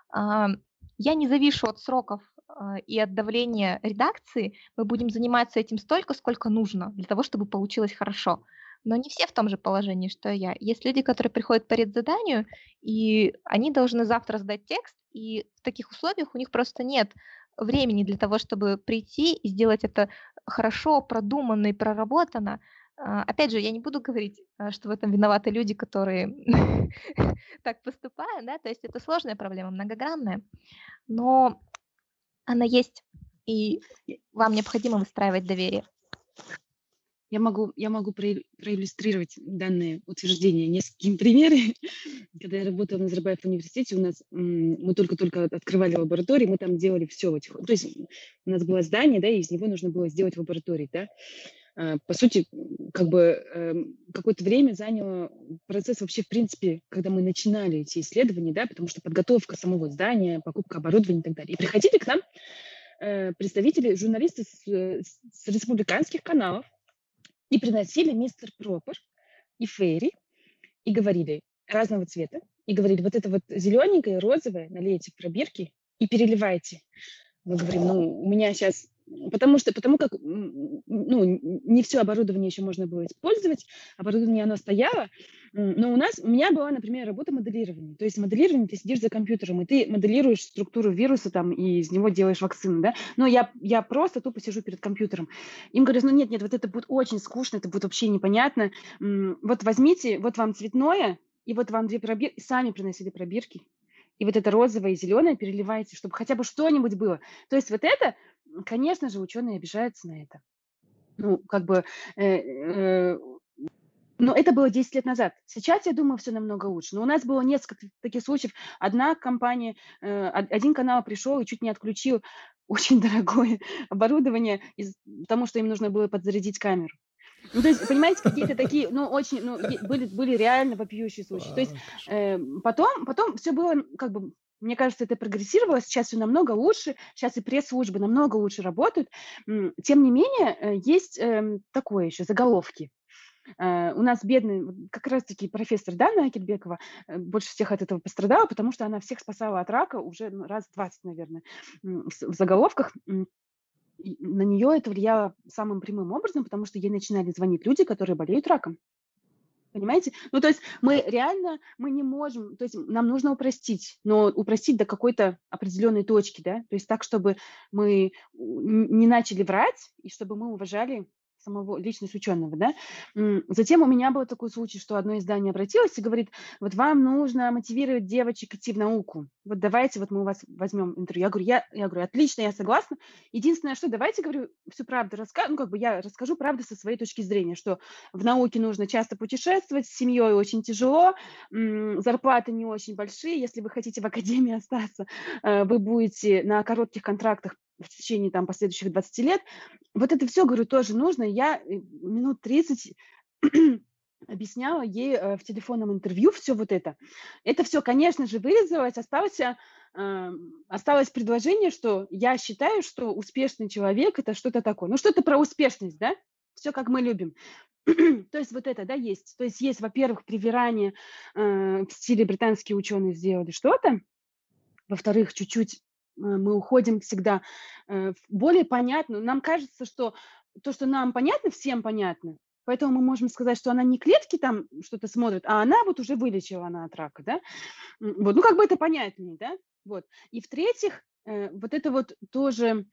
я не завишу от сроков и от давления редакции, мы будем заниматься этим столько, сколько нужно, для того, чтобы получилось хорошо. Но не все в том же положении, что и я. Есть люди, которые приходят по редзаданию, и они должны завтра сдать текст, и в таких условиях у них просто нет времени для того, чтобы прийти и сделать это хорошо, продуманно и проработано. Опять же, я не буду говорить, что в этом виноваты люди, которые так поступают, да, то есть это сложная проблема, многогранная, но она есть, и вам необходимо выстраивать доверие. Я могу проиллюстрировать данное утверждение несколькими примерами. Когда я работала в Назарбаев университете, мы только-только открывали лаборатории, мы там делали все. То есть у нас было здание, да, и из него нужно было сделать лаборатории, да. По сути, как бы какое-то время заняло процесс вообще, в принципе, когда мы начинали эти исследования, да, потому что подготовка самого здания, покупка оборудования и так далее. И приходили к нам представители, журналисты с республиканских каналов, и приносили мистер Пропер и Фейри, и говорили разного цвета, и говорили, вот это вот зелененькое, розовое, налейте в пробирки и переливайте. Мы говорим, у меня сейчас... Потому как не все оборудование еще можно было использовать, оборудование оно стояло, Но у меня была, например, работа моделирования. То есть моделирование, ты сидишь за компьютером, и ты моделируешь структуру вируса там, и из него делаешь вакцину, да? Но я просто тупо сижу перед компьютером. Им говорят, нет, вот это будет очень скучно, это будет вообще непонятно. Вот возьмите, вот вам цветное, и вот вам 2 пробирки, сами приносили пробирки. И вот это розовое и зеленое переливайте, чтобы хотя бы что-нибудь было. То есть вот это, конечно же, ученые обижаются на это. Но это было 10 лет назад. Сейчас, я думаю, все намного лучше. Но у нас было несколько таких случаев. Одна компания, один канал пришел и чуть не отключил очень дорогое оборудование, потому что им нужно было подзарядить камеру. То есть, понимаете, какие-то такие, были реально вопиющие случаи. То есть потом все было, мне кажется, это прогрессировало, сейчас все намного лучше, сейчас и пресс-службы намного лучше работают. Тем не менее, есть такое еще, заголовки. У нас бедный, как раз-таки профессор Дана Акельбекова больше всех от этого пострадала, потому что она всех спасала от рака уже раз 20, наверное, в заголовках. И на нее это влияло самым прямым образом, потому что ей начинали звонить люди, которые болеют раком. Понимаете? То есть мы не можем, то есть нам нужно упростить, но упростить до какой-то определенной точки, да, то есть так, чтобы мы не начали врать и чтобы мы уважали самого личность ученого, да. Затем у меня был такой случай, что одно издание обратилось и говорит, вот вам нужно мотивировать девочек идти в науку. Вот давайте, вот мы у вас возьмем интервью. Я говорю, отлично, я согласна. Единственное, что давайте, говорю, всю правду расскажу, я расскажу правду со своей точки зрения, что в науке нужно часто путешествовать, с семьей очень тяжело, зарплаты не очень большие. Если вы хотите в академии остаться, вы будете на коротких контрактах в течение последующих 20 лет. Вот это все, говорю, тоже нужно. Я минут 30 объясняла ей в телефонном интервью все вот это. Это все, конечно же, вырезалось. Осталось предложение, что я считаю, что успешный человек – это что-то такое. Что-то про успешность, да? Все, как мы любим. То есть вот это, да, есть. То есть есть, во-первых, привирание в стиле британские ученые сделали что-то. Во-вторых, чуть-чуть мы уходим всегда в более понятно. Нам кажется, что то, что нам понятно, всем понятно. Поэтому мы можем сказать, что она не клетки там что-то смотрит, а она вот уже вылечила она от рака, да. Вот, это понятнее, да. Вот. И в-третьих, вот это вот тоже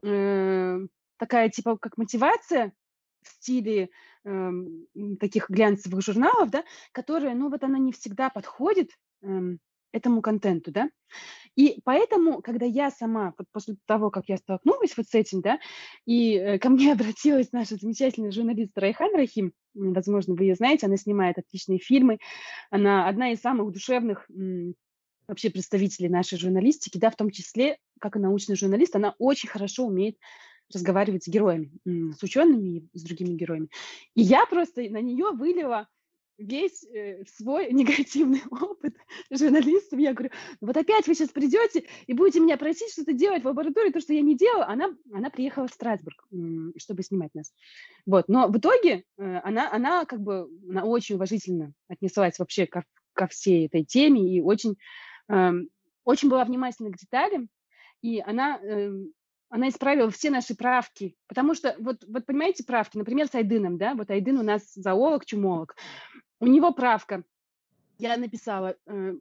такая типа как мотивация в стиле таких глянцевых журналов, да, которая, она не всегда подходит этому контенту, да. И поэтому, когда я сама, после того, как я столкнулась с этим, да, и ко мне обратилась наша замечательная журналист Райхан Рахим, возможно, вы ее знаете, она снимает отличные фильмы, она одна из самых душевных вообще представителей нашей журналистики, да, в том числе, как и научный журналист, она очень хорошо умеет разговаривать с героями, с учеными и с другими героями. И я просто на нее вылила весь свой негативный опыт журналистов. Я говорю, вот опять вы сейчас придете и будете меня просить что-то делать в лаборатории, то, что я не делала. Она приехала в Страсбург, чтобы снимать нас. Вот. Но в итоге она очень уважительно отнеслась вообще ко всей этой теме и очень была внимательна к деталям. И она исправила все наши правки, потому что, вот понимаете, правки, например, с Айдыном, да, вот Айдын у нас зоолог, чумолог, у него правка, я написала,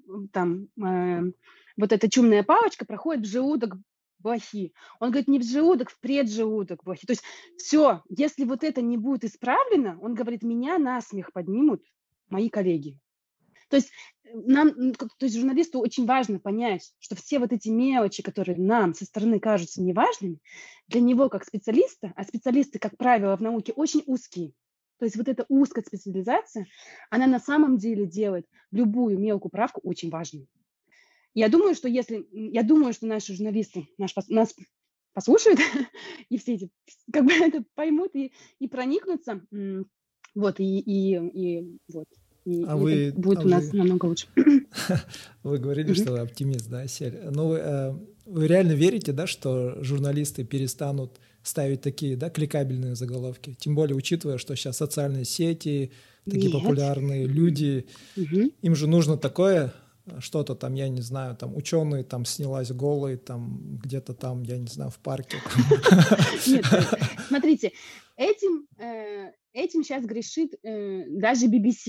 вот эта чумная палочка проходит в желудок блохи. Он говорит, не в желудок, в преджелудок блохи. То есть все, если вот это не будет исправлено, он говорит, меня насмех поднимут мои коллеги. То есть журналисту очень важно понять, что все вот эти мелочи, которые нам со стороны кажутся неважными, для него как специалиста, а специалисты, как правило, в науке очень узкие. То есть вот эта узкая специализация, она на самом деле делает любую мелкую правку очень важной. Я думаю, что наши журналисты нас послушают и все эти это поймут и проникнутся. Вот, будет у нас намного лучше. Вы говорили, что вы оптимист, да, Сель? Вы реально верите, да, что журналисты перестанут ставить такие, да, кликабельные заголовки? Тем более, учитывая, что сейчас социальные сети, такие популярные люди, им же нужно такое, что-то там, я не знаю, там ученые там снялась голой, там где-то там, я не знаю, в парке. Нет, смотрите, этим сейчас грешит даже BBC.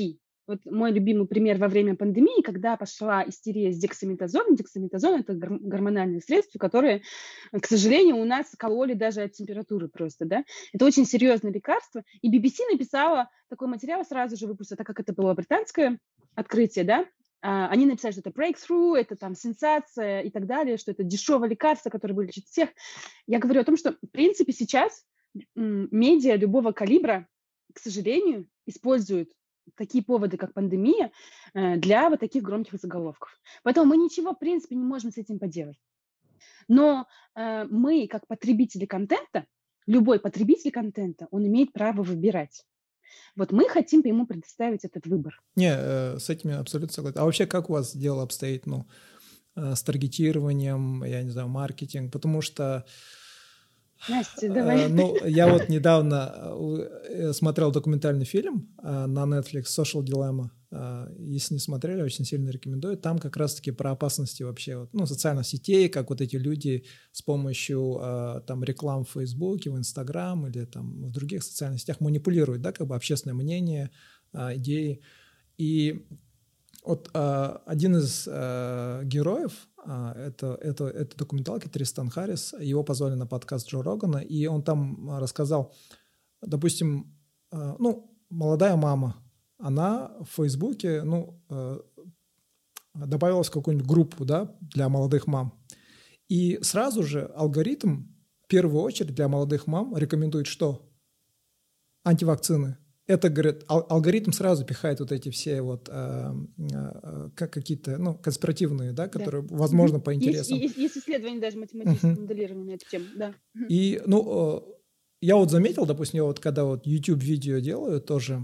Вот мой любимый пример во время пандемии, когда пошла истерия с дексаметазоном. Дексаметазон – это гормональное средство, которое, к сожалению, у нас кололи даже от температуры просто, да. Это очень серьезное лекарство. И BBC написала такой материал, сразу же выпустила, так как это было британское открытие, да. Они написали, что это breakthrough, это там сенсация и так далее, что это дешевое лекарство, которое вылечит всех. Я говорю о том, что, в принципе, сейчас медиа любого калибра, к сожалению, используют такие поводы, как пандемия, для вот таких громких заголовков. Поэтому мы ничего, в принципе, не можем с этим поделать. Но мы, как потребители контента, любой потребитель контента, он имеет право выбирать. Вот мы хотим ему предоставить этот выбор. Не, с этим я абсолютно согласен. А вообще, как у вас дело обстоит, с таргетированием, я не знаю, маркетинг? Потому что Настя, давай. Я вот недавно смотрел документальный фильм на Netflix «Social Dilemma». Если не смотрели, очень сильно рекомендую. Там как раз-таки про опасности вообще социальных сетей, как вот эти люди с помощью там реклам в Фейсбуке, в Инстаграм или там в других социальных сетях манипулируют, да, как бы общественное мнение, идеи. И вот один из героев это документалки Тристан Харрис, его позвали на подкаст Джо Рогана, и он там рассказал, допустим, молодая мама, она в Фейсбуке, добавилась в какую-нибудь группу, да, для молодых мам, и сразу же алгоритм в первую очередь для молодых мам рекомендует что? Антивакцины. Это, говорит, алгоритм сразу пихает вот эти все какие-то, конспиративные, да, которые, возможно, по интересам. Есть исследования даже математически моделированы на эту тему, да. И, я вот заметил, допустим, когда YouTube-видео делаю тоже,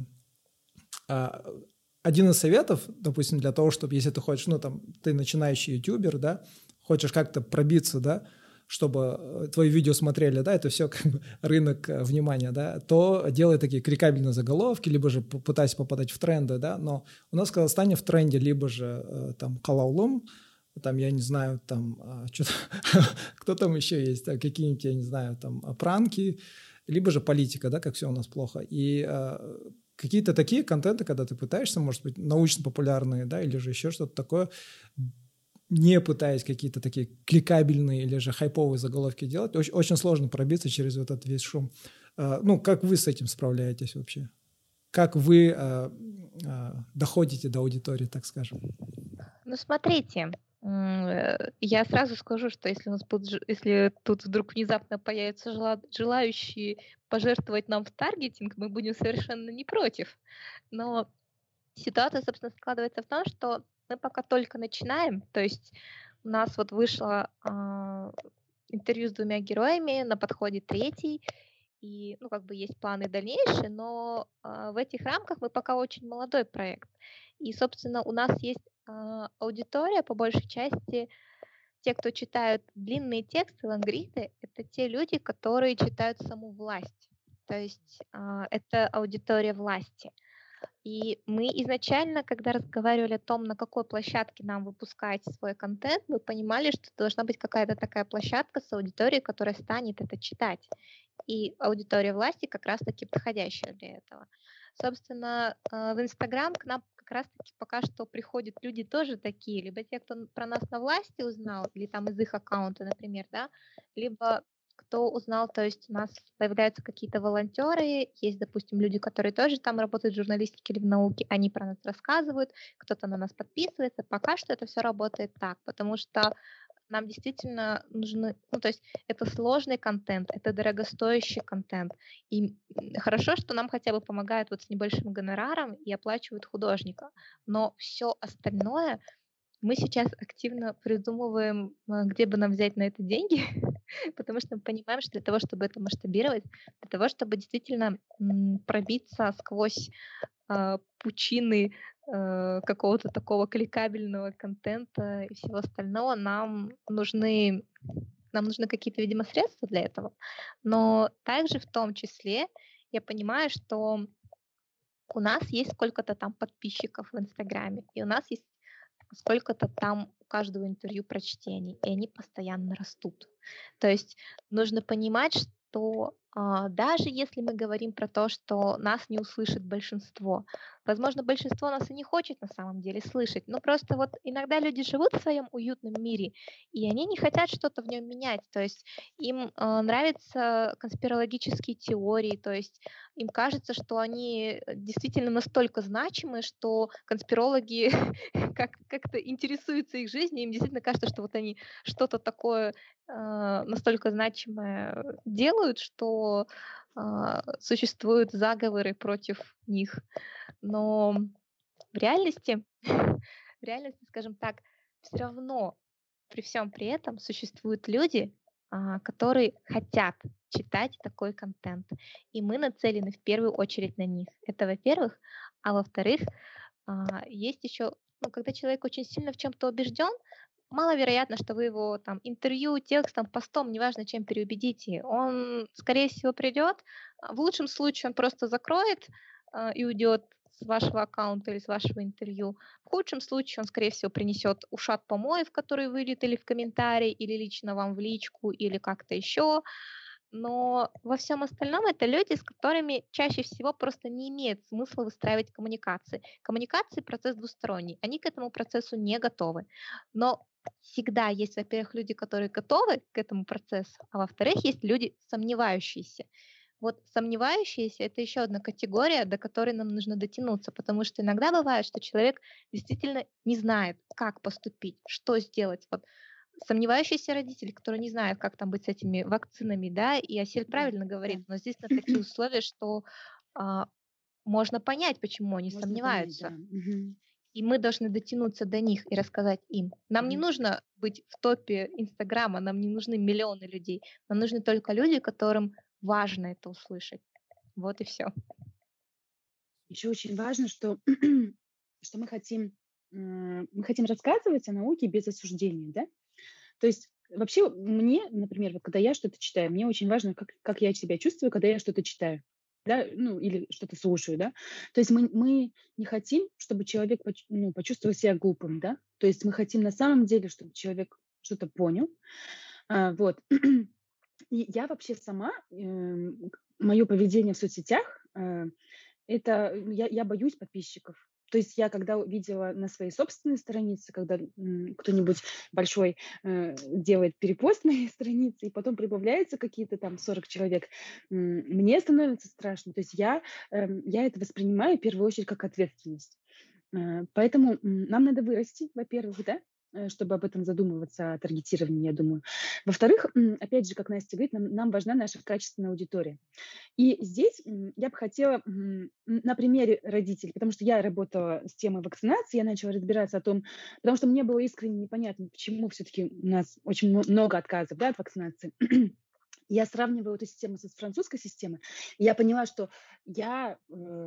один из советов, допустим, для того, чтобы, если ты хочешь, ты начинающий ютубер, да, хочешь как-то пробиться, да, чтобы твои видео смотрели, да, это все как бы рынок внимания, да, то делай такие кликабельные заголовки, либо же пытайся попадать в тренды, да, но у нас в Казахстане в тренде либо же там Калаулум, там, я не знаю, там, что-то, кто там еще есть, какие-нибудь, я не знаю, там, пранки, либо же политика, да, как все у нас плохо, и какие-то такие контенты, когда ты пытаешься, может быть, научно-популярные, да, или же еще что-то такое, не пытаясь какие-то такие кликабельные или же хайповые заголовки делать, очень, очень сложно пробиться через вот этот весь шум. Как вы с этим справляетесь вообще? Как вы доходите до аудитории, так скажем? Смотрите, я сразу скажу, что если тут вдруг внезапно появятся желающие пожертвовать нам в таргетинг, мы будем совершенно не против. Но ситуация, собственно, складывается в том, что мы пока только начинаем, то есть у нас вот вышло интервью с 2 героями, на подходе 3, и, есть планы дальнейшие, но в этих рамках мы пока очень молодой проект. И, собственно, у нас есть аудитория, по большей части, те, кто читают длинные тексты, лонгриды, это те люди, которые читают саму власть. То есть это аудитория власти. И мы изначально, когда разговаривали о том, на какой площадке нам выпускать свой контент, мы понимали, что должна быть какая-то такая площадка с аудиторией, которая станет это читать. И аудитория власти как раз-таки подходящая для этого. Собственно, в Инстаграм к нам как раз-таки пока что приходят люди тоже такие, либо те, кто про нас на власти узнал, или там из их аккаунта, например, да, либо кто узнал, то есть у нас появляются какие-то волонтеры, есть, допустим, люди, которые тоже там работают в журналистике или в науке, они про нас рассказывают, кто-то на нас подписывается. Пока что это все работает так, потому что нам действительно нужны, то есть это сложный контент, это дорогостоящий контент. И хорошо, что нам хотя бы помогают с небольшим гонораром и оплачивают художника. Но все остальное мы сейчас активно придумываем, где бы нам взять на это деньги, потому что мы понимаем, что для того, чтобы это масштабировать, для того, чтобы действительно пробиться сквозь пучины какого-то такого кликабельного контента и всего остального, нам нужны какие-то, видимо, средства для этого. Но также в том числе я понимаю, что у нас есть сколько-то там подписчиков в Инстаграме, и у нас есть сколько-то там у каждого интервью прочтений, и они постоянно растут. То есть нужно понимать, что Даже если мы говорим про то, что нас не услышит большинство, возможно, большинство нас и не хочет на самом деле слышать, но просто вот иногда люди живут в своем уютном мире, и они не хотят что-то в нем менять, то есть им нравятся конспирологические теории, то есть им кажется, что они действительно настолько значимы, что конспирологи как-то интересуются их жизнью, им действительно кажется, что вот они что-то такое настолько значимое делают, что существуют заговоры против них. Но в реальности, в реальности, скажем так, все равно при всем при этом существуют люди, которые хотят читать такой контент. И мы нацелены в первую очередь на них. Это во-первых. А во-вторых, есть еще, ну, когда человек очень сильно в чем-то убежден, маловероятно, что вы его там интервью, текстом, постом, неважно чем переубедите. Он, скорее всего, придет. В лучшем случае он просто закроет и уйдет с вашего аккаунта или с вашего интервью. В худшем случае он, скорее всего, принесет ушат помоев, которые вылетели в комментарии или лично вам в личку, или как-то еще. Но во всем остальном это люди, с которыми чаще всего просто не имеет смысла выстраивать коммуникации. Коммуникации — процесс двусторонний, они к этому процессу не готовы. Но всегда есть, во-первых, люди, которые готовы к этому процессу, а во-вторых, есть люди сомневающиеся. Вот сомневающиеся — это еще одна категория, до которой нам нужно дотянуться, потому что иногда бывает, что человек действительно не знает, как поступить, что сделать. Вот сомневающиеся родители, которые не знают, как там быть с этими вакцинами, да, и Асель Да, правильно да. говорит, но здесь на такие условия, что можно понять, почему они Можно понять, да. сомневаются. И мы должны дотянуться до них и рассказать им. Нам не нужно быть в топе Инстаграма, нам не нужны миллионы людей. Нам нужны только люди, которым важно это услышать. Вот и все. Еще очень важно, что, что мы хотим рассказывать о науке без осуждения, да? То есть вообще мне, например, вот когда я что-то читаю, мне очень важно, как я себя чувствую, когда я что-то читаю, да, ну, или что-то слушаю, да. То есть мы не хотим, чтобы человек почувствовал себя глупым, да. То есть мы хотим на самом деле, чтобы человек что-то понял. Вот. И я вообще сама, мое поведение в соцсетях, это я боюсь подписчиков. То есть я когда видела на своей собственной странице, когда кто-нибудь большой делает перепост на моей странице, и потом прибавляется какие-то там 40 человек, мне становится страшно. То есть я это воспринимаю в первую очередь как ответственность. Поэтому нам надо вырасти, во-первых, да, чтобы об этом задумываться, о таргетировании, я думаю. Во-вторых, опять же, как Настя говорит, нам важна наша качественная аудитория. И здесь я бы хотела на примере родителей, потому что я работала с темой вакцинации, я начала разбираться о том, потому что мне было искренне непонятно, почему все-таки у нас очень много отказов, да, от вакцинации. Я сравниваю эту систему с французской системой, и я поняла, что я,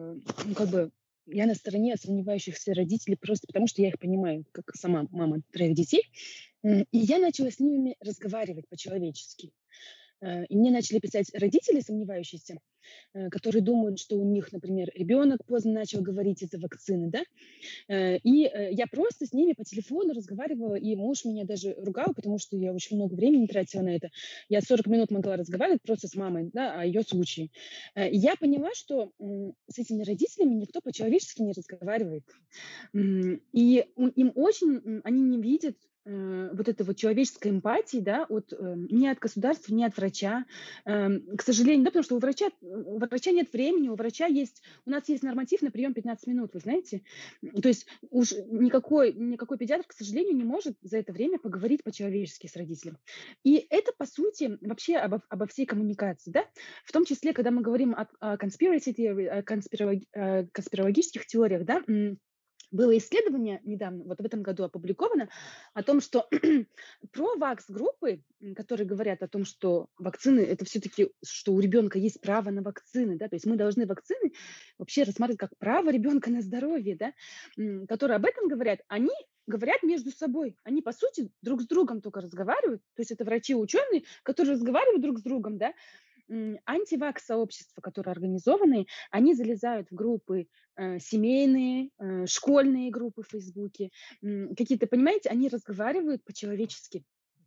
я на стороне сомневающихся родителей просто потому, что я их понимаю, как сама мама 3 детей. И я начала с ними разговаривать по-человечески. И мне начали писать родители, сомневающиеся, которые думают, что у них, например, ребенок поздно начал говорить из-за вакцины, да, и я просто с ними по телефону разговаривала, и муж меня даже ругал, потому что я очень много времени тратила на это. Я 40 минут могла разговаривать просто с мамой, да, о ее случае. И я поняла, что с этими родителями никто по-человечески не разговаривает. И им очень, они не видят вот этой вот человеческой эмпатии, да, ни от государства, ни от врача. К сожалению, да, потому что у врача нет времени, у нас есть норматив на прием 15 минут, вы знаете. То есть уж никакой педиатр, к сожалению, не может за это время поговорить по-человечески с родителем. И это, по сути, вообще обо всей коммуникации, да, в том числе, когда мы говорим о conspiracy theory, о конспирологических теориях, да, было исследование недавно, вот в этом году опубликовано, о том, что про-вакс-группы, которые говорят о том, что вакцины, это все-таки, что у ребенка есть право на вакцины, да, то есть мы должны вакцины вообще рассматривать как право ребенка на здоровье, да, которые об этом говорят, они говорят между собой. Они, по сути, друг с другом только разговаривают. То есть это врачи-ученые, которые разговаривают друг с другом, да. Антивакс-сообщества, которые организованы, они залезают в группы семейные, школьные группы в Фейсбуке. Какие-то, понимаете, они разговаривают по-человечески.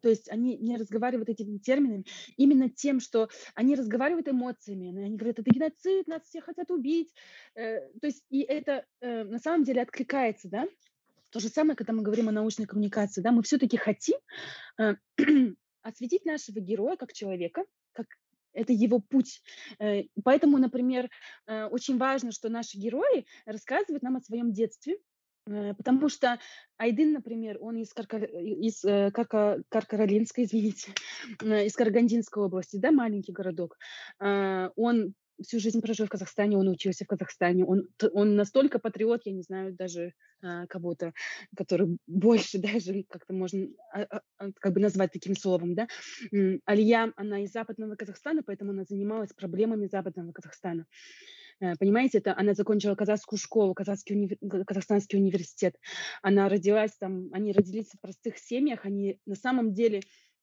То есть они не разговаривают этими терминами, именно тем, что они разговаривают эмоциями. Они говорят, это геноцид, нас всех хотят убить. То есть и это на самом деле откликается, да. То же самое, когда мы говорим о научной коммуникации, да, мы все-таки хотим э, осветить нашего героя как человека, как это его путь. Поэтому, например, очень важно, что наши герои рассказывают нам о своем детстве, потому что Айдын, например, он из Каркаролинской, извините, из Карагандинской области, да, маленький городок. Он всю жизнь прожил в Казахстане, он учился в Казахстане, он настолько патриот, я не знаю даже кого-то, который больше даже как-то можно как бы назвать таким словом, да. Алия, она из Западного Казахстана, поэтому она занималась проблемами Западного Казахстана. Понимаете, она закончила казахскую школу, казахстанский университет. Она родилась там, они родились в простых семьях, они на самом деле,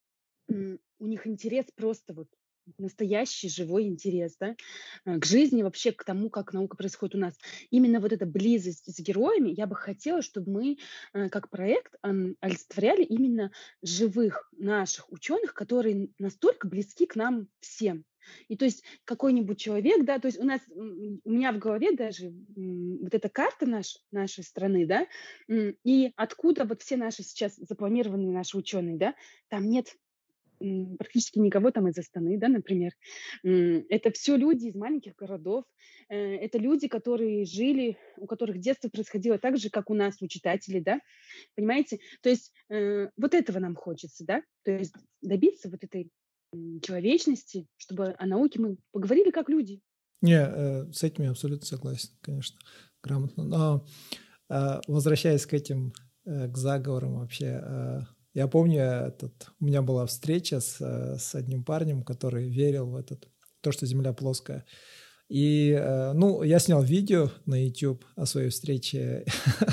у них интерес просто вот настоящий живой интерес, да, к жизни, вообще к тому, как наука происходит у нас. Именно вот эта близость с героями, я бы хотела, чтобы мы как проект олицетворяли именно живых наших ученых, которые настолько близки к нам всем. И то есть какой-нибудь человек, да, то есть у меня в голове даже вот эта карта нашей страны, да, и откуда вот все наши сейчас запланированные наши ученые, да, там нет практически никого там из Астаны, да, например. Это все люди из маленьких городов, это люди, которые жили, у которых детство происходило так же, как у нас, у читателей, да, понимаете? То есть вот этого нам хочется, да, то есть добиться вот этой человечности, чтобы о науке мы поговорили как люди. Не, с этим я абсолютно согласен, конечно, грамотно. Но возвращаясь к этим, к заговорам вообще, я помню, у меня была встреча с одним парнем, который верил в то, что Земля плоская. И, я снял видео на YouTube о своей встрече.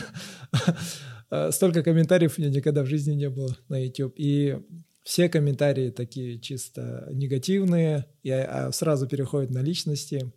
Столько комментариев у меня никогда в жизни не было на YouTube. И все комментарии такие чисто негативные, сразу переходят на личности.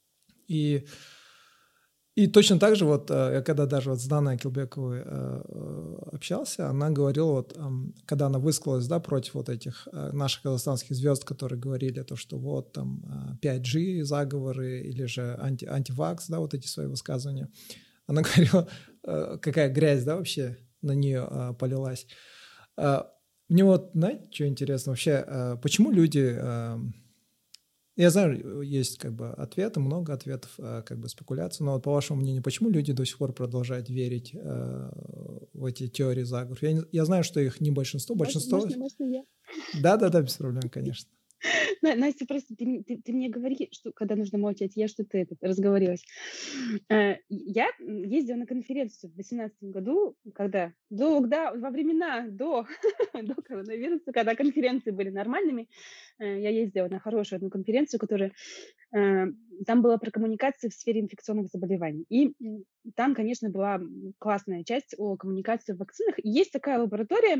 И точно так же вот, я когда даже вот с Даной Акилбековой общался, она говорила, вот, когда она высказалась, да, против вот этих наших казахстанских звезд, которые говорили то, что вот там 5G заговоры или же антивакс, да, вот эти свои высказывания, она говорила, какая грязь, да, вообще на нее полилась. Мне вот, знаете, что интересно вообще, почему люди... Я знаю, есть как бы ответы, много ответов, как бы спекуляций, но вот по вашему мнению, почему люди до сих пор продолжают верить в эти теории заговоров? Я знаю, что их не большинство, большинство... Можно я? Да, без проблем, конечно. Настя, просто ты мне говори, что когда нужно молчать, я что-то разговорилась. Я ездила на конференцию в 2018 году, когда во времена до коронавируса, когда конференции были нормальными, я ездила на хорошую одну конференцию, которая там была про коммуникации в сфере инфекционных заболеваний. И там, конечно, была классная часть о коммуникации в вакцинах. И есть такая лаборатория,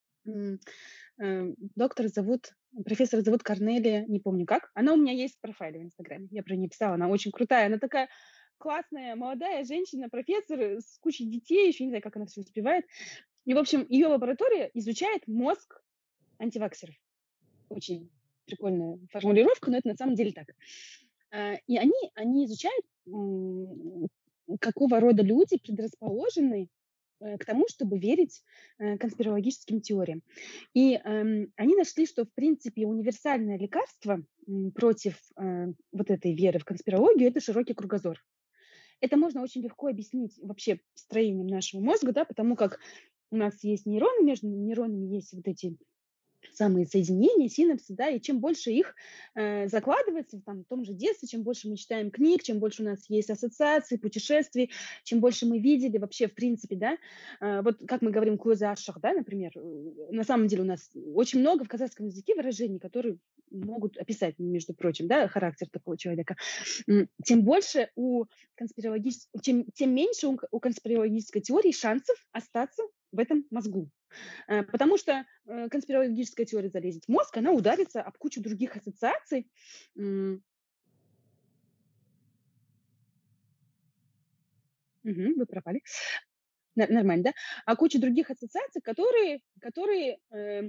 профессора зовут Корнелия, не помню как. Она у меня есть в профайле в Инстаграме. Я про нее писала, она очень крутая. Она такая классная, молодая женщина, профессор с кучей детей, еще не знаю, как она все успевает. И, в общем, ее лаборатория изучает мозг антиваксеров. Очень прикольная формулировка, но это на самом деле так. И они изучают, какого рода люди предрасположены к тому, чтобы верить конспирологическим теориям. И они нашли, что, в принципе, универсальное лекарство против вот этой веры в конспирологию – это широкий кругозор. Это можно очень легко объяснить вообще строением нашего мозга, да, потому как у нас есть нейроны, между нейронами есть вот эти самые соединения, синапсы, да, и чем больше их закладывается в том же детстве, чем больше мы читаем книг, чем больше у нас есть ассоциаций, путешествий, чем больше мы видели вообще в принципе, да, вот как мы говорим «кузашах», да, например, на самом деле у нас очень много в казахском языке выражений, которые могут описать, между прочим, да, характер такого человека. Тем больше тем меньше у конспирологической теории шансов остаться в этом мозгу. Потому что конспирологическая теория залезет в мозг, она ударится об кучу других ассоциаций. Вы пропали. Нормально, да? А куча других ассоциаций, которые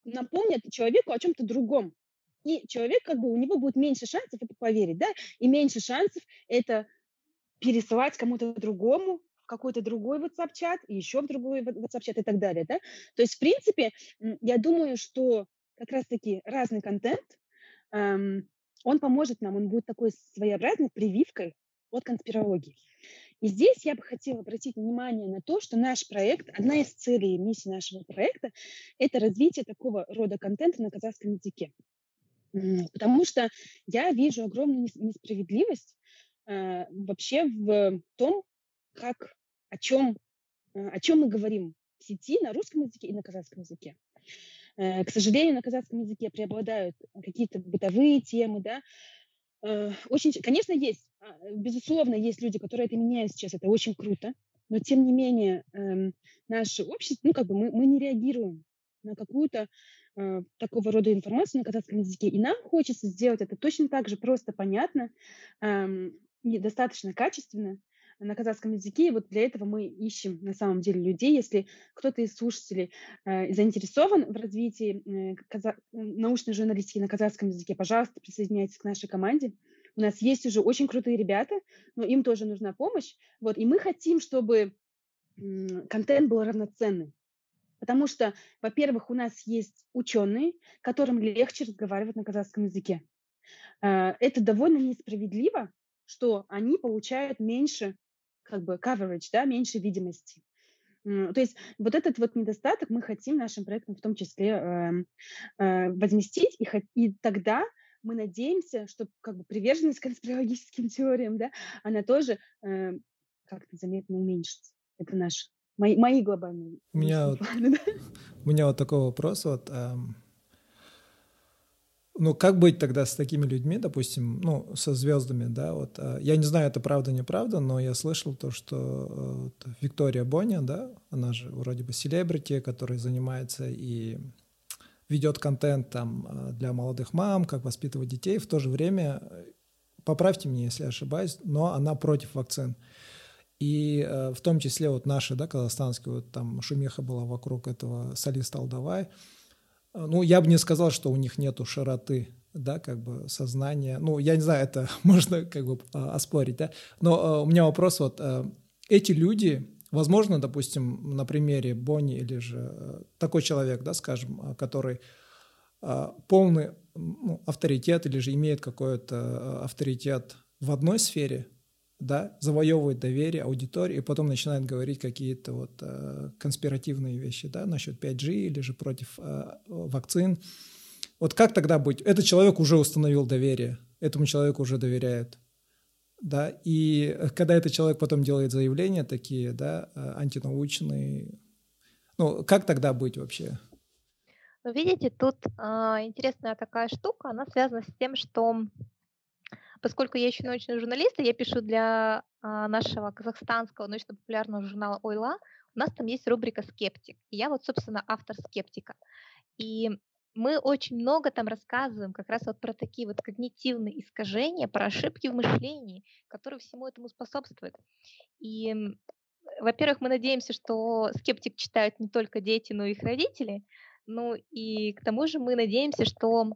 напомнят человеку о чем-то другом. И человек, как бы, у него будет меньше шансов это поверить, да, и меньше шансов это пересылать кому-то другому в какой-то другой WhatsApp-чат, и еще в другой WhatsApp-чат и так далее, да. То есть, в принципе, я думаю, что как раз-таки разный контент, он поможет нам, он будет такой своеобразной прививкой от конспирологии. И здесь я бы хотела обратить внимание на то, что наш проект, одна из целей и миссий нашего проекта, это развитие такого рода контента на казахском языке. Потому что я вижу огромную несправедливость вообще в том, о чем мы говорим в сети на русском языке и на казахском языке. К сожалению, на казахском языке преобладают какие-то бытовые темы, да. Очень, конечно, есть, безусловно, есть люди, которые это меняют сейчас, это очень круто, но тем не менее наше общество, мы не реагируем на какую-то такого рода информацию на казахском языке, и нам хочется сделать это точно так же просто понятно и достаточно качественно на казахском языке, и вот для этого мы ищем на самом деле людей. Если кто-то из слушателей заинтересован в развитии научной журналистики на казахском языке, пожалуйста, присоединяйтесь к нашей команде. У нас есть уже очень крутые ребята, но им тоже нужна помощь. Вот, и мы хотим, чтобы контент был равноценным. Потому что, во-первых, у нас есть ученые, которым легче разговаривать на казахском языке. Это довольно несправедливо, что они получают меньше coverage, да, меньше видимости. То есть вот этот вот недостаток мы хотим нашим проектом в том числе возместить, и тогда мы надеемся, что приверженность конспирологическим теориям, да, она тоже как-то заметно уменьшится. Это мои глобальные планы. У меня вот такой вопрос. Ну, как быть тогда с такими людьми, допустим, со звездами, да, вот, я не знаю, это правда, неправда, но я слышал то, что Виктория Боня, да, она же вроде бы селебрити, которая занимается и ведет контент там для молодых мам, как воспитывать детей, в то же время, поправьте меня, если я ошибаюсь, но она против вакцин. И в том числе вот наши, да, казахстанские, вот там шумиха была вокруг этого Салис Талдавай. Ну, я бы не сказал, что у них нету широты, да, сознания. Ну, я не знаю, это можно оспорить, да. Но у меня вопрос вот, эти люди, возможно, допустим, на примере Бони или же такой человек, да, скажем, который полный авторитет или же имеет какой-то авторитет в одной сфере, да, завоевывает доверие аудитории и потом начинает говорить какие-то вот конспиративные вещи, да, насчет 5G или же против вакцин. Вот как тогда быть? Этот человек уже установил доверие, этому человеку уже доверяют, да, и когда этот человек потом делает заявления такие, да, антинаучные, ну, как тогда быть вообще? Ну, видите, тут интересная такая штука, она связана с тем, что поскольку я еще научный журналист, и я пишу для нашего казахстанского научно-популярного журнала «Ойла», у нас там есть рубрика «Скептик». И я вот, собственно, автор «Скептика». И мы очень много там рассказываем как раз вот про такие вот когнитивные искажения, про ошибки в мышлении, которые всему этому способствуют. И, во-первых, мы надеемся, что «Скептик» читают не только дети, но и их родители. Ну и к тому же мы надеемся, что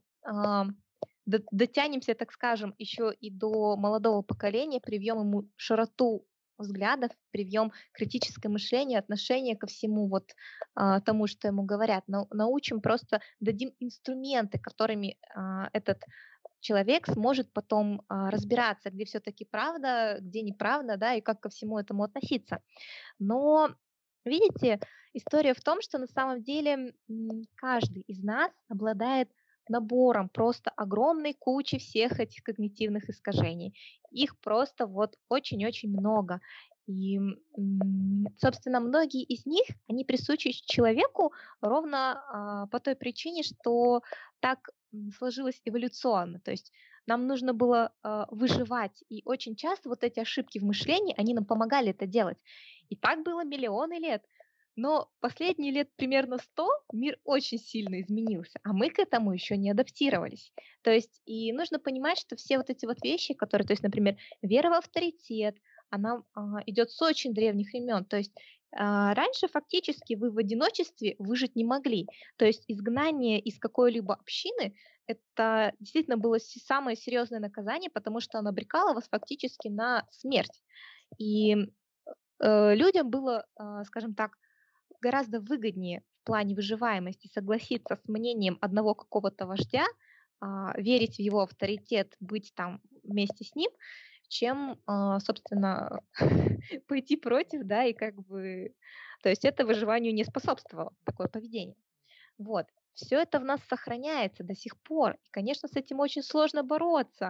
дотянемся, так скажем, еще и до молодого поколения, привьем ему широту взглядов, привьем критическое мышление, отношение ко всему вот тому, что ему говорят. Научим, просто дадим инструменты, которыми этот человек сможет потом разбираться, где все-таки правда, где неправда, да, и как ко всему этому относиться. Но, видите, история в том, что на самом деле каждый из нас обладает набором просто огромной кучи всех этих когнитивных искажений. Их просто вот очень-очень много. И, собственно, многие из них, они присущи человеку ровно по той причине, что так сложилось эволюционно. То есть нам нужно было выживать. И очень часто вот эти ошибки в мышлении, они нам помогали это делать. И так было миллионы лет. Но последние лет примерно 100 мир очень сильно изменился, а мы к этому еще не адаптировались. То есть и нужно понимать, что все вот эти вот вещи, которые, то есть, например, вера в авторитет, она идет с очень древних времен. То есть Раньше фактически вы в одиночестве выжить не могли. То есть изгнание из какой-либо общины — это действительно было самое серьезное наказание, потому что оно обрекало вас фактически на смерть. И людям было, скажем так, гораздо выгоднее в плане выживаемости согласиться с мнением одного какого-то вождя, верить в его авторитет, быть там вместе с ним, чем, собственно, пойти против, да, и как бы... То есть это выживанию не способствовало, такое поведение. Вот. Все это в нас сохраняется до сих пор. И, конечно, с этим очень сложно бороться.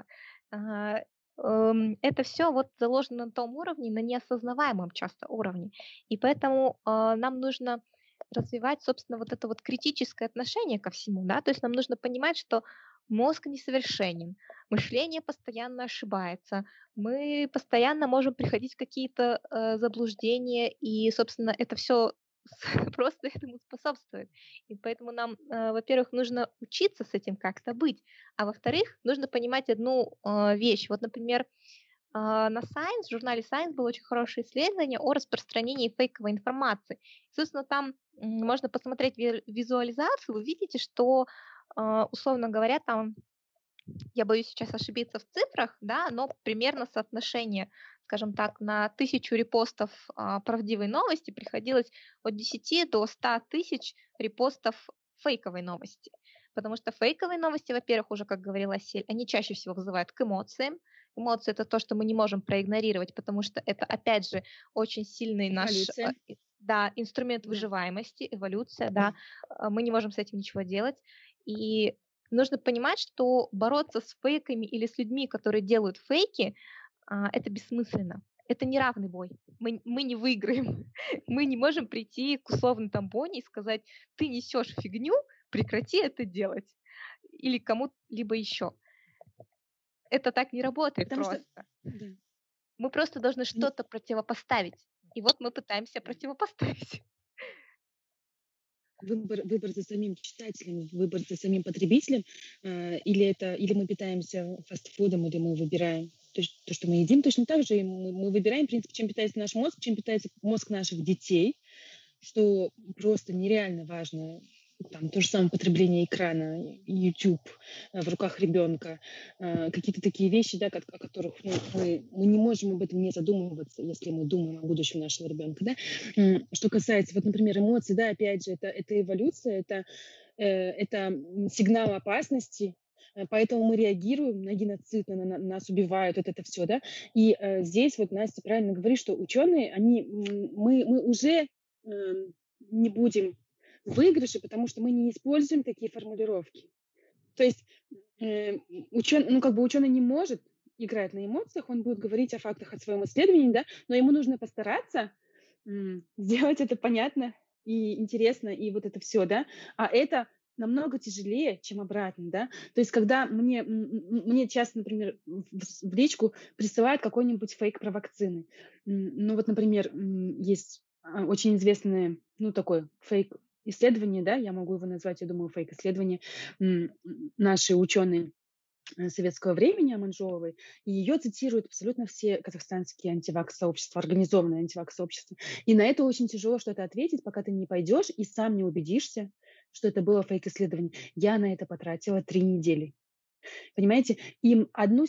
Это все вот заложено на том уровне, на неосознаваемом часто уровне. И поэтому нам нужно развивать, собственно, вот это вот критическое отношение ко всему, да, то есть нам нужно понимать, что мозг несовершенен, мышление постоянно ошибается, мы постоянно можем приходить в какие-то заблуждения, и, собственно, это все просто этому способствует. И поэтому нам, во-первых, нужно учиться с этим как-то быть, а во-вторых, нужно понимать одну вещь. Вот, например, на Science, в журнале Science было очень хорошее исследование о распространении фейковой информации. Собственно, там можно посмотреть визуализацию, вы видите, что, условно говоря, там, я боюсь сейчас ошибиться в цифрах, да, но примерно соотношение, скажем так, на 1000 репостов правдивой новости приходилось от 10 до 100 тысяч репостов фейковой новости. Потому что фейковые новости, во-первых, уже, как говорила Сель, они чаще всего вызывают к эмоциям. Эмоции — это то, что мы не можем проигнорировать, потому что это, опять же, очень сильный наш инструмент выживаемости, эволюция, да. Мы не можем с этим ничего делать. И нужно понимать, что бороться с фейками или с людьми, которые делают фейки, это бессмысленно. Это неравный бой. Мы не выиграем. Мы не можем прийти к условно там Бонни и сказать: ты несешь фигню, прекрати это делать. Или кому-либо еще. Это так не работает просто. Мы просто должны что-то противопоставить. И вот мы пытаемся противопоставить. Выбор за самим читателем, выбор за самим потребителем, или мы питаемся фастфудом, или мы выбираем то, что мы едим, точно так же мы выбираем, в принципе, чем питается наш мозг, чем питается мозг наших детей, что просто нереально важно. Там то же самое потребление экрана, YouTube в руках ребенка, какие-то такие вещи, да, о которых мы не можем об этом не задумываться, если мы думаем о будущем нашего ребенка. Да? Что касается, вот, например, эмоций, да, опять же, это эволюция, это сигнал опасности, поэтому мы реагируем на геноцид, нас убивают, это все, да. И здесь вот Настя правильно говорит, что ученые, мы уже не будем в выигрыше, потому что мы не используем такие формулировки. То есть ученый не может играть на эмоциях, он будет говорить о фактах, о своем исследовании, да, но ему нужно постараться сделать это понятно и интересно, и вот это все, да, а это намного тяжелее, чем обратно, да, то есть когда мне часто, например, в личку присылают какой-нибудь фейк про вакцины, ну вот, например, есть очень известный, такой фейк исследование, да, я могу его назвать, я думаю, фейк-исследование, наши ученые советского времени Аманжоловой, и ее цитируют абсолютно все казахстанские антивакс-сообщества, организованные антивакс-сообщества. И на это очень тяжело что-то ответить, пока ты не пойдешь и сам не убедишься, что это было фейк-исследование. Я на это потратила 3 недели. Понимаете? Им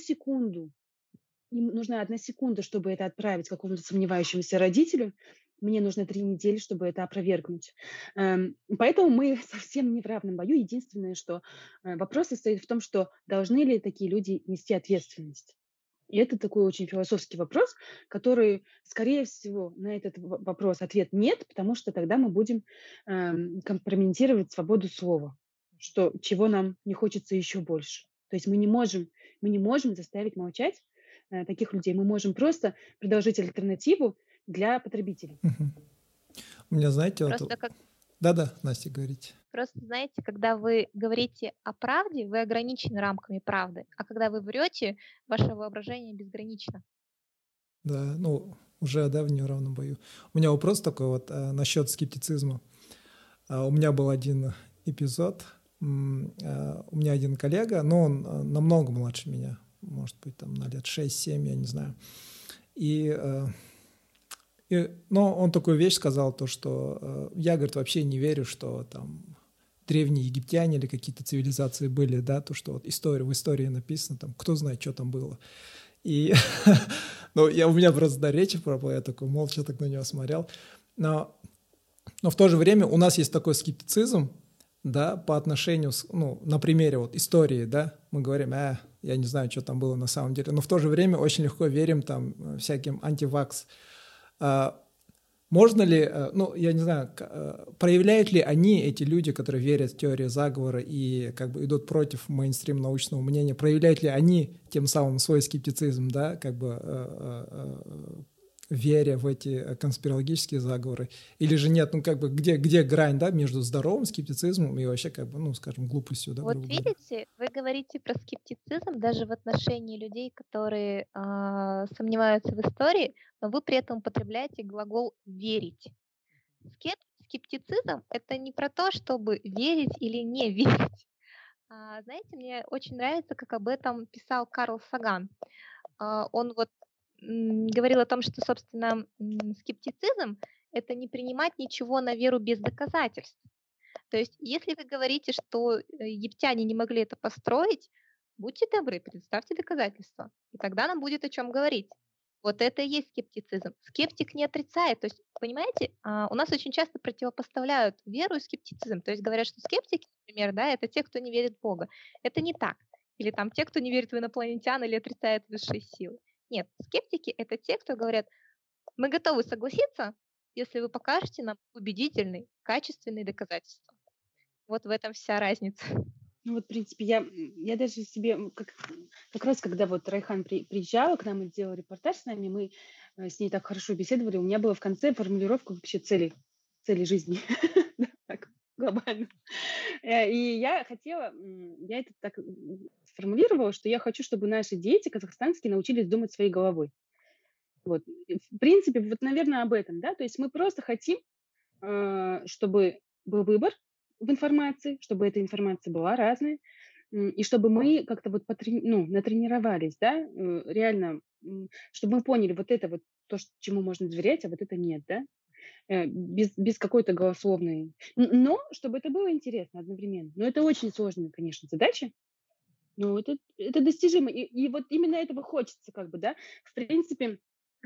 нужна 1 секунда, чтобы это отправить какому-то сомневающемуся родителю. Мне нужно 3 недели, чтобы это опровергнуть. Поэтому мы совсем не в равном бою. Единственное, что вопрос состоит в том, что должны ли такие люди нести ответственность. И это такой очень философский вопрос, который, скорее всего, на этот вопрос ответ нет, потому что тогда мы будем компрометировать свободу слова, чего нам не хочется еще больше. То есть мы не можем заставить молчать таких людей. Мы можем просто предложить альтернативу для потребителей. У меня, знаете, Да-да, Настя, говорите. Просто, знаете, когда вы говорите о правде, вы ограничены рамками правды, а когда вы врете, ваше воображение безгранично. Да, уже, в неравном бою. У меня вопрос такой вот насчет скептицизма. У меня был один эпизод, у меня один коллега, но он намного младше меня, может быть, там на лет 6-7, я не знаю. И Но он такую вещь сказал, то, что я, говорит, вообще не верю, что там древние египтяне или какие-то цивилизации были, да, то, что вот в истории написано, там, кто знает, что там было. И ну, у меня просто до речи пропала, я такой молча так на него смотрел. Но в то же время у нас есть такой скептицизм, да, по отношению, на примере вот истории, да, мы говорим, я не знаю, что там было на самом деле, но в то же время очень легко верим там всяким антивакс. Можно ли, я не знаю, проявляют ли они, эти люди, которые верят в теорию заговора и как бы идут против мейнстрим научного мнения, проявляют ли они тем самым свой скептицизм, да, как бы веря в эти конспирологические заговоры, или же нет, как бы где грань, да, между здоровым скептицизмом и вообще как бы, скажем, глупостью, да, Вот грубо говоря. видите, вы говорите про скептицизм даже в отношении людей, которые сомневаются в истории, но вы при этом употребляете глагол «верить». Скептицизм — это не про то, чтобы верить или не верить. Знаете, мне очень нравится, как об этом писал Карл Саган. Он вот говорил о том, что, собственно, скептицизм — это не принимать ничего на веру без доказательств. То есть, если вы говорите, что египтяне не могли это построить, будьте добры, представьте доказательства, и тогда нам будет о чем говорить. Вот это и есть скептицизм. Скептик не отрицает. То есть, понимаете, у нас очень часто противопоставляют веру и скептицизм. То есть говорят, что скептики, например, да, это те, кто не верит в Бога. Это не так. Или там те, кто не верит в инопланетян или отрицает высшие силы. Нет, скептики — это те, кто говорят, мы готовы согласиться, если вы покажете нам убедительные, качественные доказательства. Вот в этом вся разница. Ну вот, в принципе, я даже себе, как раз когда вот Райхан приезжала к нам и делала репортаж с нами, мы с ней так хорошо беседовали, у меня была в конце формулировка вообще цели жизни, так глобально. И я это так сформулировала, что я хочу, чтобы наши дети казахстанские научились думать своей головой. Вот. В принципе, вот, наверное, об этом, да, то есть мы просто хотим, чтобы был выбор в информации, чтобы эта информация была разная, и чтобы мы как-то вот натренировались, да, реально, чтобы мы поняли вот это вот то, чему можно доверять, а вот это нет, да, без какой-то голословной. Но чтобы это было интересно одновременно. Но это очень сложная, конечно, задача. Но это достижимо. И вот именно этого хочется, как бы, да. В принципе,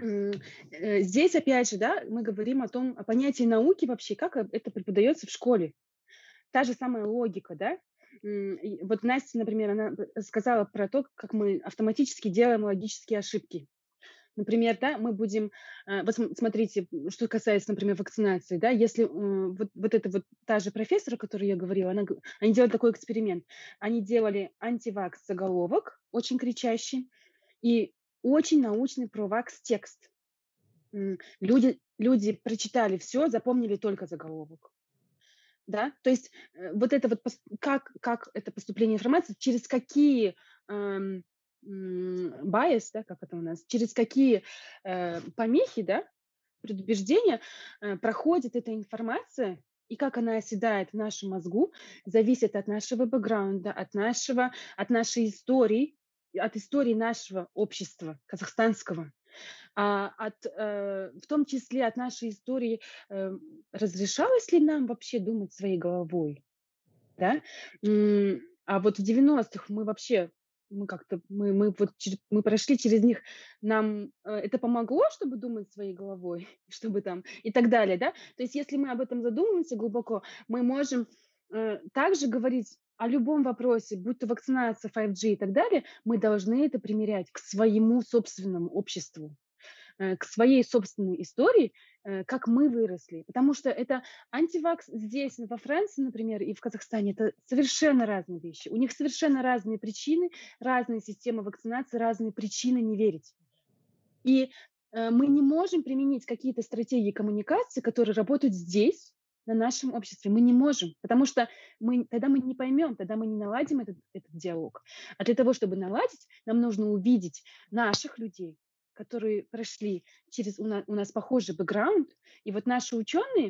здесь, опять же, да, мы говорим о понятии науки вообще, как это преподается в школе. Та же самая логика, да. Вот Настя, например, она сказала про то, как мы автоматически делаем логические ошибки. Например, да, мы будем, вот смотрите, что касается, например, вакцинации, да, если вот это вот та же профессор, о которой я говорила, они делали такой эксперимент. Они делали антивакс-заголовок, очень кричащий, и очень научный про-вакс-текст. Люди прочитали все, запомнили только заголовок. Да? То есть вот это вот, как это поступление информации, через какие bias, да, как это у нас, через какие помехи, да, предубеждения проходит эта информация, и как она оседает в нашем мозгу, зависит от нашего бэкграунда, от нашей истории, от истории нашего общества казахстанского, в том числе от нашей истории, разрешалось ли нам вообще думать своей головой, да? А вот в 90-х мы вообще, мы прошли через них, нам это помогло, чтобы думать своей головой, чтобы там и так далее, да? То есть если мы об этом задумываемся глубоко, мы можем также говорить о любом вопросе, будь то вакцинация, 5G и так далее, мы должны это примерять к своему собственному обществу, к своей собственной истории, как мы выросли. Потому что это антивакс здесь, во Франции, например, и в Казахстане, это совершенно разные вещи. У них совершенно разные причины, разные системы вакцинации, разные причины не верить. И мы не можем применить какие-то стратегии коммуникации, которые работают здесь, на нашем обществе. Мы не можем, потому что тогда мы не поймем, тогда мы не наладим этот диалог. А для того, чтобы наладить, нам нужно увидеть наших людей, которые прошли через у нас похожий бэкграунд. И вот наши ученые,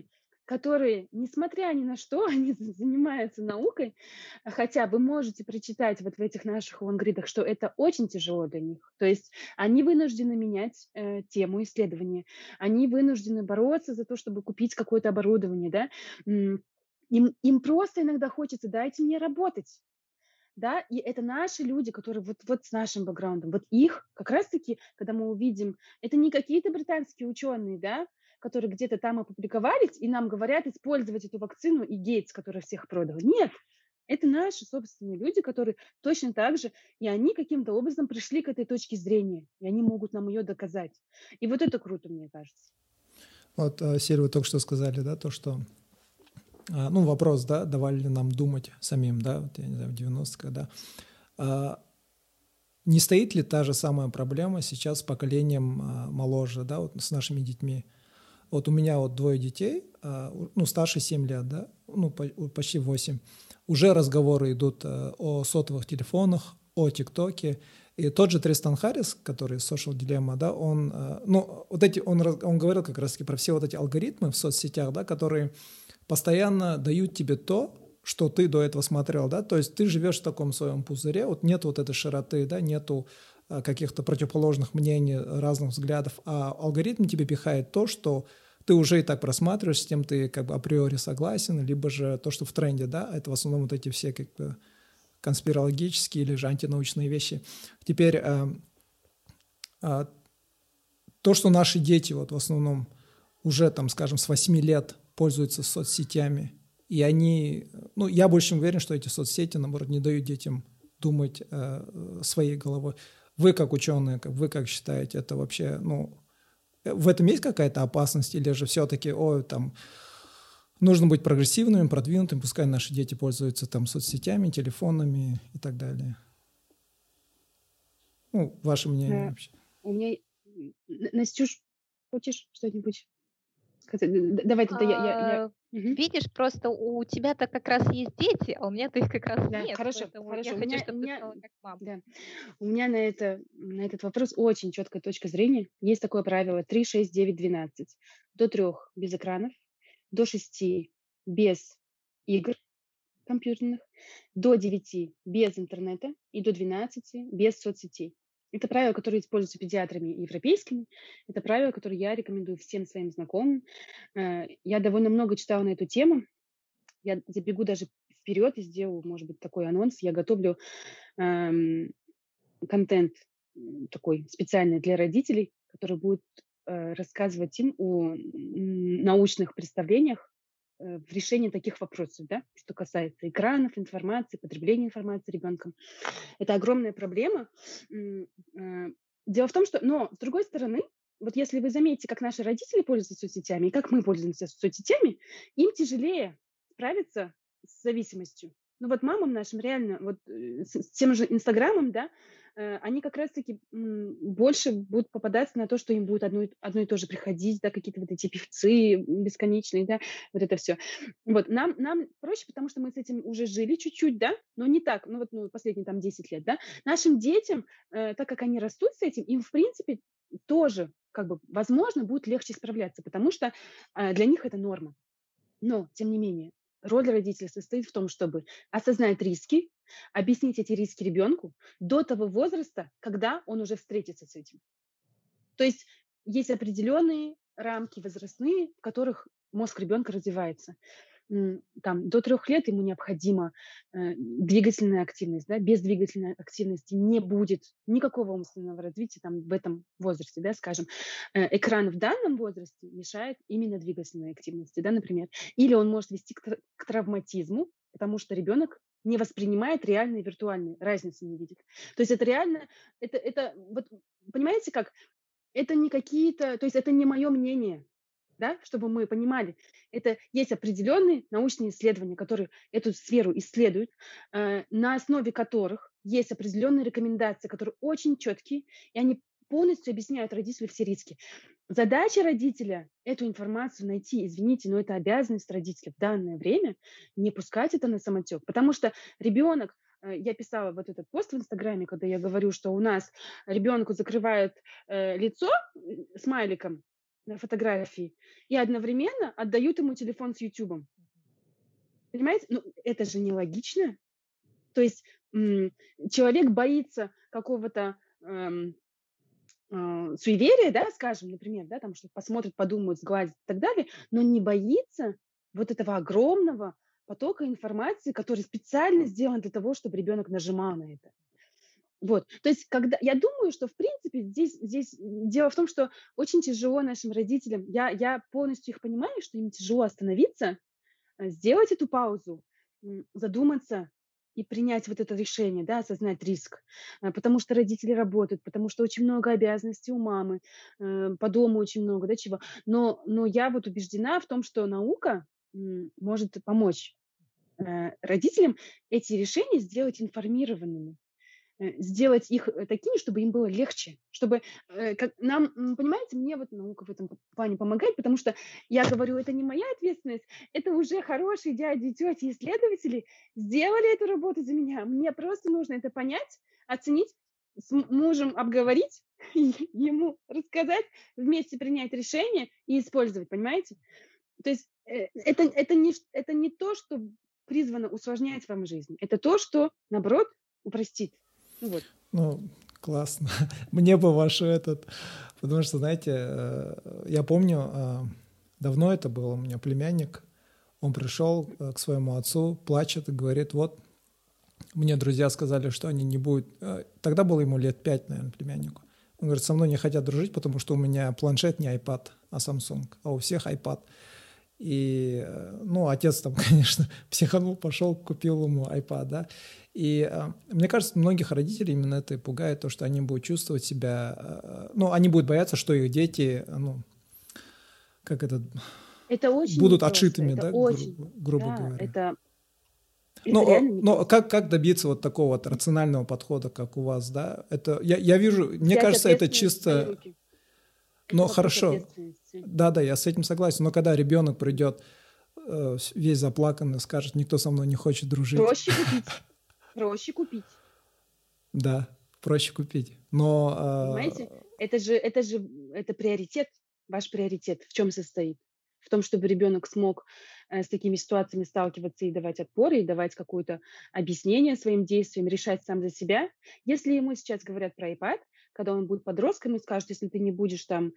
которые, несмотря ни на что, они занимаются наукой, хотя вы можете прочитать вот в этих наших лонгридах, что это очень тяжело для них. То есть они вынуждены менять тему исследования, они вынуждены бороться за то, чтобы купить какое-то оборудование, да. Им просто иногда хочется: дайте мне работать. Да, и это наши люди, которые вот с нашим бэкграундом. Вот их как раз-таки, когда мы увидим, это не какие-то британские ученые, да, которые где-то там опубликовались и нам говорят использовать эту вакцину и Гейтс, который всех продал. Нет, это наши собственные люди, которые точно так же, и они каким-то образом пришли к этой точке зрения, и они могут нам ее доказать. И вот это круто, мне кажется. Вот, Силь, вы только что сказали, да, то, что ну, вопрос, да, давали ли нам думать самим, да, вот, я не знаю, в 90-х, когда... Не стоит ли та же самая проблема сейчас с поколением моложе, да, вот с нашими детьми? Вот у меня вот 2 детей, ну, старше 7 лет, да, ну, почти 8. Уже разговоры идут о сотовых телефонах, о ТикТоке. И тот же Тристан Харрис, который Social Dilemma, да, он, ну, вот эти, он говорил как раз-таки про все вот эти алгоритмы в соцсетях, да, которые постоянно дают тебе то, что ты до этого смотрел, да, то есть ты живешь в таком своем пузыре, вот нет вот этой широты, да, нету каких-то противоположных мнений, разных взглядов, а алгоритм тебе пихает то, что ты уже и так просматриваешь, с тем ты как бы априори согласен, либо же то, что в тренде, да, это в основном вот эти все как бы конспирологические или же антинаучные вещи. Теперь то, что наши дети вот в основном уже там, скажем, с 8 лет пользуются соцсетями, и они, ну, я больше уверен, что эти соцсети, наоборот, не дают детям думать своей головой. Вы как ученые, вы как считаете, это вообще, ну, в этом есть какая-то опасность, или же все-таки, там, нужно быть прогрессивными, продвинутыми, пускай наши дети пользуются там соцсетями, телефонами и так далее? Ну, ваше мнение вообще. У меня... Настюш, хочешь что-нибудь сказать? Давай тогда я... Видишь, просто у тебя-то как раз есть дети, а у меня-то их как раз Да, нет. хорошо. Я хочу, чтобы ты стала как мама. Да. У меня на этот вопрос очень четкая точка зрения. Есть такое правило 3, 6, 9, 12. До 3 без экранов, до 6 без игр компьютерных, до 9 без интернета и до 12 без соцсетей. Это правило, которое используется педиатрами европейскими. Это правило, которое я рекомендую всем своим знакомым. Я довольно много читала на эту тему. Я забегу даже вперед и сделаю, может быть, такой анонс. Я готовлю контент такой специальный для родителей, который будет рассказывать им о научных представлениях в решении таких вопросов, да, что касается экранов, информации, потребления информации ребенком. Это огромная проблема. Дело в том, что, но с другой стороны, вот если вы заметите, как наши родители пользуются соцсетями и как мы пользуемся соцсетями, им тяжелее справиться с зависимостью. Ну вот мамам нашим реально, вот с тем же Инстаграмом, да, они как раз-таки больше будут попадаться на то, что им будет одно и то же приходить, да, какие-то вот эти певцы бесконечные, да, вот это все. Вот, нам проще, потому что мы с этим уже жили чуть-чуть, да, но не так, ну вот последние там 10 лет, да. Нашим детям, так как они растут с этим, им, в принципе, тоже, как бы, возможно, будет легче справляться, потому что для них это норма. Но, тем не менее, роль родителя состоит в том, чтобы осознать риски, объяснить эти риски ребенку до того возраста, когда он уже встретится с этим. То есть есть определенные рамки возрастные, в которых мозг ребенка развивается. Там, до 3 лет ему необходима двигательная активность. Да? Без двигательной активности не будет никакого умственного развития там, в этом возрасте, да, скажем. Экран в данном возрасте мешает именно двигательной активности, да, например. Или он может вести к травматизму, потому что ребенок не воспринимает реальные и виртуальные, разницы не видит. То есть это реально, это вот, понимаете как, это не какие-то, то есть это не мое мнение, да, чтобы мы понимали, это есть определенные научные исследования, которые эту сферу исследуют, на основе которых есть определенные рекомендации, которые очень четкие, и они полностью объясняют родителю все риски. Задача родителя эту информацию найти, извините, но это обязанность родителя в данное время не пускать это на самотек, потому что ребенок, я писала вот этот пост в Инстаграме, когда я говорю, что у нас ребенку закрывают лицо смайликом, фотографии и одновременно отдают ему телефон с Ютубом. Понимаете? Ну, это же нелогично. То есть человек боится какого-то суеверия, да, скажем, например, да, там, что посмотрят, подумают, сглазят и так далее, но не боится вот этого огромного потока информации, который специально сделан для того, чтобы ребенок нажимал на это. Вот. То есть, когда я думаю, что в принципе здесь дело в том, что очень тяжело нашим родителям. Я полностью их понимаю, что им тяжело остановиться, сделать эту паузу, задуматься и принять вот это решение, да, осознать риск. Потому что родители работают, потому что очень много обязанностей у мамы, по дому очень много, да, чего. Но я вот убеждена в том, что наука может помочь родителям эти решения сделать информированными, сделать их такими, чтобы им было легче, чтобы нам, понимаете, мне вот наука в этом плане помогает, потому что я говорю, это не моя ответственность, это уже хорошие дяди, тети, исследователи сделали эту работу за меня. Мне просто нужно это понять, оценить, с мужем обговорить, ему рассказать, вместе принять решение и использовать, понимаете? То есть это не то, что призвано усложнять вам жизнь, это то, что, наоборот, упростит. Вот. Ну, классно. Мне бы ваш потому что, знаете, я помню, давно это было, у меня племянник, он пришел к своему отцу, плачет и говорит, вот, мне друзья сказали, что они не будут... Тогда было ему лет 5, наверное, племяннику. Он говорит, со мной не хотят дружить, потому что у меня планшет не iPad, а Samsung, а у всех iPad. И, ну, отец там, конечно, психанул, пошел, купил ему iPad, да. И мне кажется, многих родителей именно это и пугает, то, что они будут чувствовать себя, ну, они будут бояться, что их дети, ну, как это очень будут непросто, отшитыми, это да, очень, грубо да, говоря. это реально непросто. Но как добиться вот такого вот рационального подхода, как у вас, да? Это я вижу, мне Взять кажется, это ответственность в свои чисто... руки. Но Вопрос хорошо, ответственности. да, я с этим согласен, но когда ребенок придет весь заплаканный, скажет, никто со мной не хочет дружить. Проще купить. Да, проще купить. Но... Понимаете, это приоритет, ваш приоритет в чем состоит? В том, чтобы ребенок смог с такими ситуациями сталкиваться и давать отпоры, и давать какое-то объяснение своим действиям, решать сам за себя. Если ему сейчас говорят про iPad, когда он будет подростком и скажет, если ты не будешь там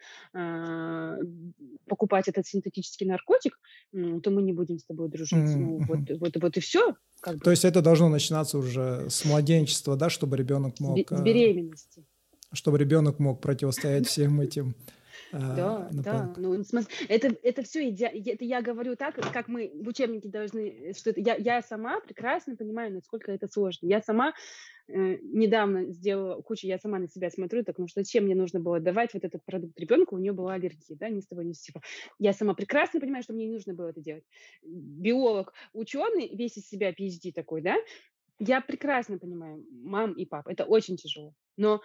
покупать этот синтетический наркотик, то мы не будем с тобой дружить. Вот и все. То есть это должно начинаться уже с младенчества, да, чтобы ребенок мог... С беременности. Чтобы ребенок мог противостоять всем этим... Да. Ну, это все это я говорю так, как мы в учебнике должны, что это я сама прекрасно понимаю, насколько это сложно. Я сама недавно сделала кучу, я сама на себя смотрю, так, ну что зачем мне нужно было давать вот этот продукт ребенку, у нее была аллергия, да, ни с того ни с сего. Я сама прекрасно понимаю, что мне не нужно было это делать. Биолог, ученый, весь из себя PhD такой, да, я прекрасно понимаю, мам и пап, это очень тяжело, но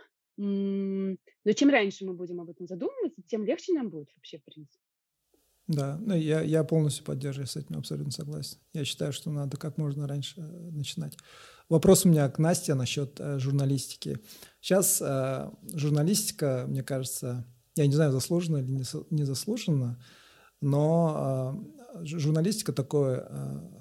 чем раньше мы будем об этом задумываться, тем легче нам будет вообще, в принципе. Да, ну я полностью поддерживаю, с этим абсолютно согласен. Я считаю, что надо как можно раньше начинать. Вопрос у меня к Насте насчет журналистики. Сейчас журналистика, мне кажется, я не знаю, заслуженно или не заслуженно, но журналистика такое,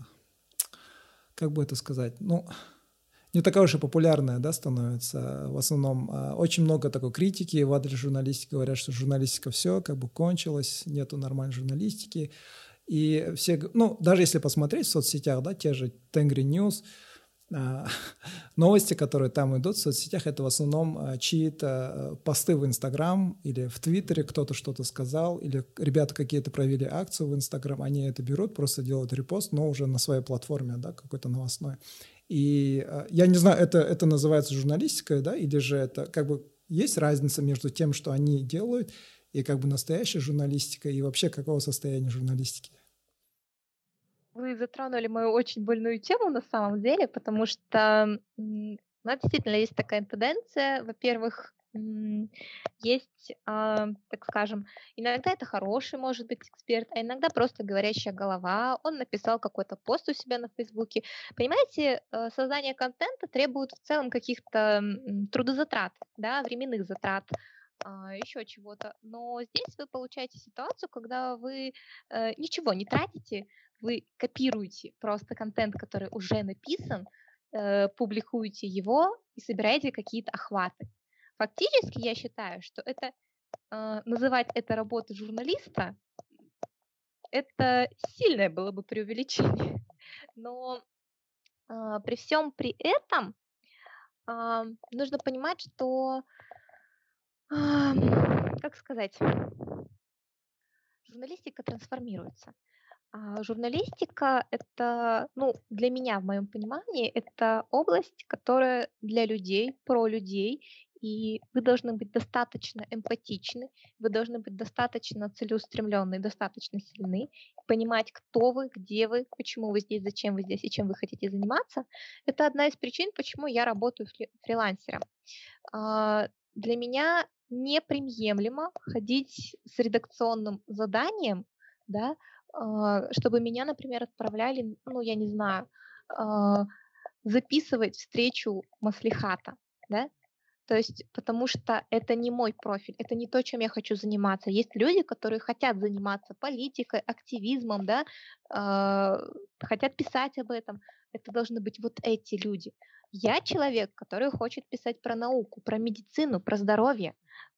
как бы это сказать, ну... не такая уж и популярная, да, становится. В основном очень много такой критики в адрес журналистики. Говорят, что журналистика все, как бы кончилась, нету нормальной журналистики. И все, ну, даже если посмотреть в соцсетях, да, те же Tengri News, новости, которые там идут в соцсетях, это в основном чьи-то посты в Инстаграм или в Твиттере, кто-то что-то сказал, или ребята какие-то провели акцию в Инстаграм, они это берут, просто делают репост, но уже на своей платформе, да, какой-то новостной. И я не знаю, это называется журналистикой, да, или же это как бы есть разница между тем, что они делают, и как бы настоящая журналистика, и вообще какого состояния журналистики? Вы затронули мою очень больную тему на самом деле, потому что действительно есть такая тенденция. Во-первых, есть, так скажем, иногда это хороший, может быть, эксперт, а иногда просто говорящая голова. Он написал какой-то пост у себя на Фейсбуке. Понимаете, создание контента требует в целом каких-то трудозатрат, да, временных затрат. еще чего-то. Но здесь вы получаете ситуацию, когда вы ничего не тратите, вы копируете просто контент, который уже написан, публикуете его и собираете какие-то охваты. Фактически я считаю, что это называть это работой журналиста, это сильное было бы преувеличение. Но при всем при этом нужно понимать, что, как сказать, журналистика трансформируется. Журналистика — это, ну, для меня, в моем понимании, это область, которая для людей, про людей, и вы должны быть достаточно эмпатичны, вы должны быть достаточно целеустремленны, достаточно сильны, понимать, кто вы, где вы, почему вы здесь, зачем вы здесь и чем вы хотите заниматься. Это одна из причин, почему я работаю фрилансером. Для меня неприемлемо ходить с редакционным заданием, да, чтобы меня, например, отправляли, ну, я не знаю, записывать встречу маслихата, да, то есть потому что это не мой профиль, это не то, чем я хочу заниматься. Есть люди, которые хотят заниматься политикой, активизмом, да, хотят писать об этом. Это должны быть вот эти люди. Я человек, который хочет писать про науку, про медицину, про здоровье.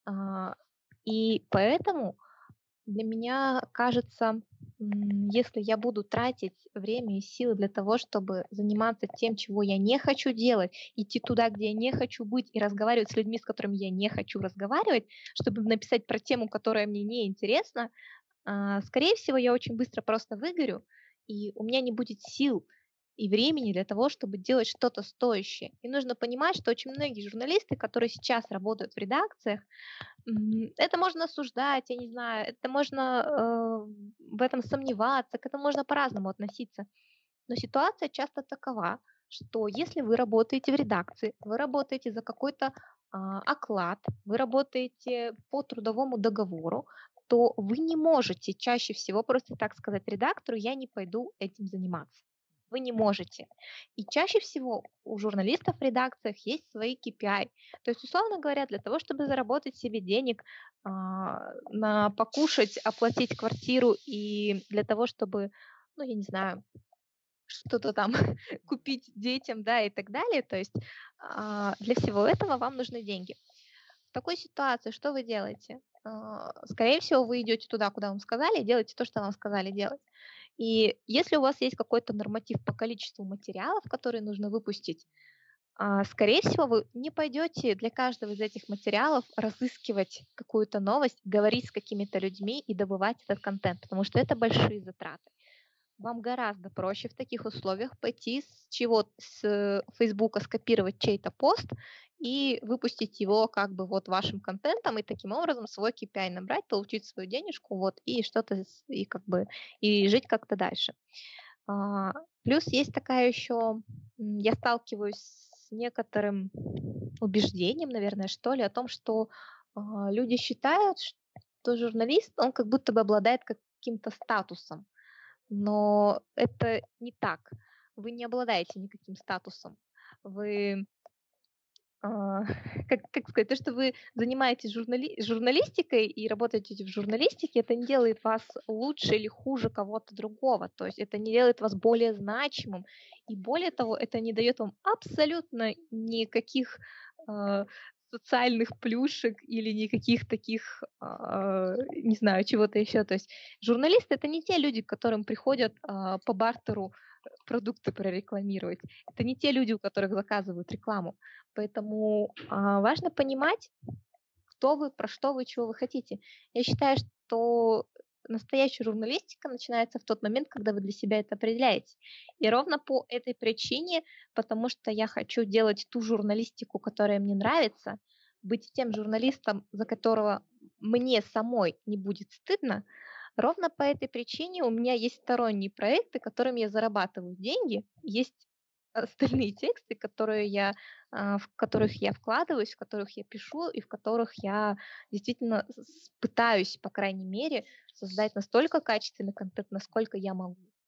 И поэтому для меня кажется, если я буду тратить время и силы для того, чтобы заниматься тем, чего я не хочу делать, идти туда, где я не хочу быть, и разговаривать с людьми, с которыми я не хочу разговаривать, чтобы написать про тему, которая мне не интересна, скорее всего, я очень быстро просто выгорю, и у меня не будет сил и времени для того, чтобы делать что-то стоящее. И нужно понимать, что очень многие журналисты, которые сейчас работают в редакциях, это можно осуждать, я не знаю, это можно в этом сомневаться, к этому можно по-разному относиться. Но ситуация часто такова, что если вы работаете в редакции, вы работаете за какой-то оклад, вы работаете по трудовому договору, то вы не можете чаще всего просто так сказать редактору: я не пойду этим заниматься. Вы не можете. И чаще всего у журналистов в редакциях есть свои KPI. То есть, условно говоря, для того, чтобы заработать себе денег, на покушать, оплатить квартиру и для того, чтобы, ну, я не знаю, что-то там купить детям, да, и так далее. То есть для всего этого вам нужны деньги. В такой ситуации что вы делаете? Скорее всего, вы идете туда, куда вам сказали, и делаете то, что вам сказали делать. И если у вас есть какой-то норматив по количеству материалов, которые нужно выпустить, скорее всего, вы не пойдете для каждого из этих материалов разыскивать какую-то новость, говорить с какими-то людьми и добывать этот контент, потому что это большие затраты. Вам гораздо проще в таких условиях пойти с Фейсбука скопировать чей-то пост и выпустить его как бы вот вашим контентом, и таким образом свой KPI набрать, получить свою денежку, вот, и что-то, и как бы, и жить как-то дальше. Плюс есть такая еще, я сталкиваюсь с некоторым убеждением, наверное, что ли, о том, что люди считают, что журналист, он как будто бы обладает каким-то статусом. Но это не так. Вы не обладаете никаким статусом. Вы, как сказать, то, что вы занимаетесь журналистикой и работаете в журналистике, это не делает вас лучше или хуже кого-то другого. То есть это не делает вас более значимым. И более того, это не дает вам абсолютно никаких социальных плюшек или никаких таких, не знаю, чего-то еще. То есть журналисты — это не те люди, к которым приходят по бартеру продукты прорекламировать. Это не те люди, у которых заказывают рекламу. Поэтому важно понимать, кто вы, про что вы, чего вы хотите. Я считаю, что настоящая журналистика начинается в тот момент, когда вы для себя это определяете. И ровно по этой причине, потому что я хочу делать ту журналистику, которая мне нравится, быть тем журналистом, за которого мне самой не будет стыдно, ровно по этой причине у меня есть сторонние проекты, которыми я зарабатываю деньги, есть остальные тексты, в которых я вкладываюсь, в которых я пишу и в которых я действительно пытаюсь, по крайней мере, создать настолько качественный контент, насколько я могу.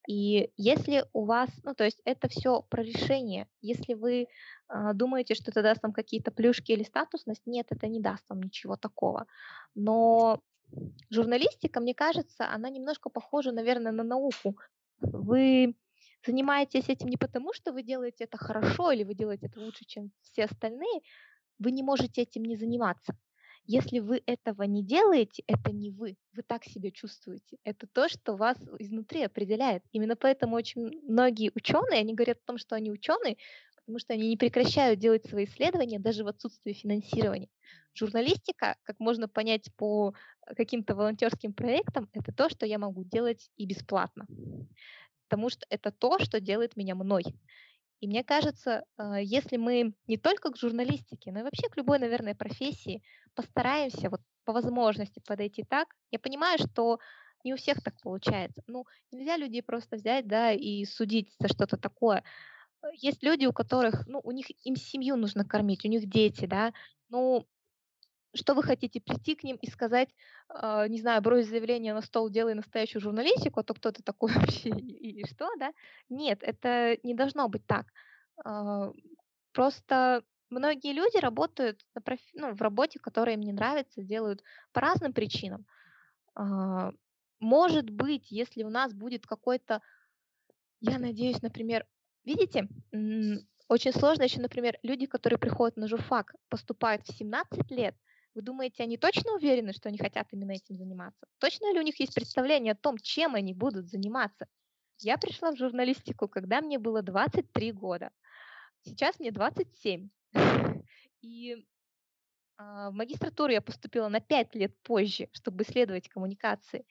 И если у вас, ну, то есть это все про решение. Если вы думаете, что это даст вам какие-то плюшки или статусность, нет, это не даст вам ничего такого. Но журналистика, мне кажется, она немножко похожа, наверное, на науку. Вы занимаетесь этим не потому, что вы делаете это хорошо или вы делаете это лучше, чем все остальные, вы не можете этим не заниматься. Если вы этого не делаете, это не вы так себя чувствуете. Это то, что вас изнутри определяет. Именно поэтому очень многие ученые, они говорят о том, что они ученые, потому что они не прекращают делать свои исследования даже в отсутствии финансирования. Журналистика, как можно понять по каким-то волонтерским проектам, это то, что я могу делать и бесплатно. Потому что это то, что делает меня мной. И мне кажется, если мы не только к журналистике, но и вообще к любой, наверное, профессии постараемся вот по возможности подойти так, я понимаю, что не у всех так получается. Ну, нельзя людей просто взять, да, и судить за что-то такое. Есть люди, у которых, ну, у них им семью нужно кормить, у них дети, да. Ну, что вы хотите, прийти к ним и сказать, не знаю, брось заявление на стол, делай настоящую журналистику, а то кто ты такой вообще и что, да? Нет, это не должно быть так. А, Просто многие люди работают ну, в работе, которая им не нравится, делают по разным причинам. А, Может быть, если у нас будет какой-то, я надеюсь, например, видите, очень сложно еще, например, люди, которые приходят на журфак, поступают в 17 лет. Вы думаете, они точно уверены, что они хотят именно этим заниматься? Точно ли у них есть представление о том, чем они будут заниматься? Я пришла в журналистику, когда мне было 23 года. Сейчас мне 27. И в магистратуру я поступила на 5 лет позже, чтобы исследовать коммуникации.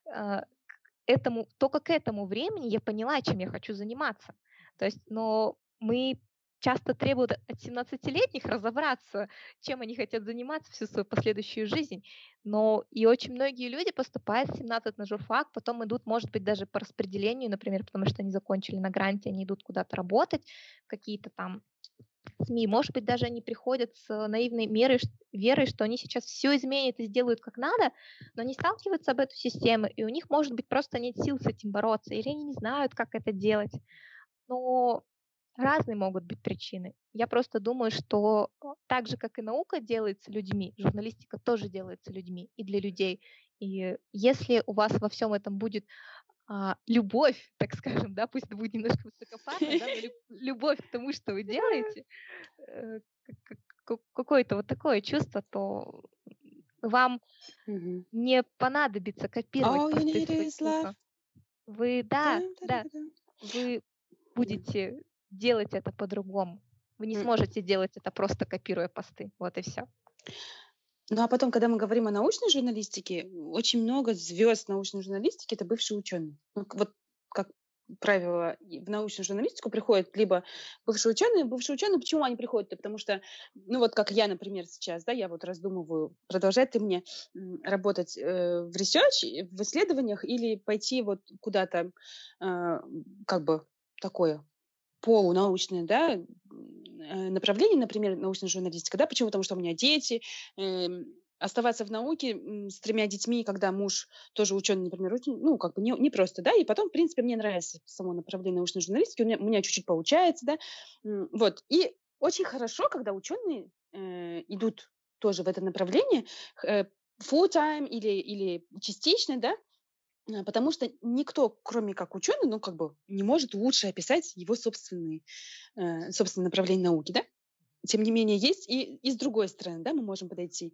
Только к этому времени я поняла, чем я хочу заниматься. То есть, но мы часто требуют от 17-летних разобраться, чем они хотят заниматься всю свою последующую жизнь. Но и очень многие люди поступают в 17 на журфак, потом идут, может быть, даже по распределению, например, потому что они закончили на гранте, они идут куда-то работать, какие-то там СМИ. Может быть, даже они приходят с наивной верой, что они сейчас все изменят и сделают как надо, но они сталкиваются об эту систему, и у них, может быть, просто нет сил с этим бороться, или они не знают, как это делать. Но разные могут быть причины. Я просто думаю, что так же, как и наука делается людьми, журналистика тоже делается людьми и для людей. И если у вас во всем этом будет любовь, так скажем, да, пусть это будет немножко высокопарно, да, но любовь к тому, что вы делаете, какое-то вот такое чувство, то вам не понадобится копировать посты с Фейсбука. Вы, да, вы будете делать это по-другому. Вы не сможете делать это просто копируя посты. Вот и все. Ну, а потом, когда мы говорим о научной журналистике, очень много звезд научной журналистики — это бывшие ученые. Ну, вот как правило, в научную журналистику приходят либо бывшие ученые. Бывшие ученые, почему они приходят? Потому что, ну вот как я, например, сейчас, да, я вот раздумываю, продолжать ли мне работать в research, в исследованиях, или пойти вот куда-то как бы такое полунаучное, да, направление, например, научная журналистика, да, почему? Потому что у меня дети, оставаться в науке с 3 детьми, когда муж тоже ученый, например, очень, ну, как бы не просто, да, и потом, в принципе, мне нравится само направление научной журналистики, у меня чуть-чуть получается, да, вот, и очень хорошо, когда ученые идут тоже в это направление, full-time или частично, да, потому что никто, кроме как ученый, ну, как бы не может лучше описать его собственное направление науки, да? Тем не менее, есть и с другой стороны, да, мы можем подойти.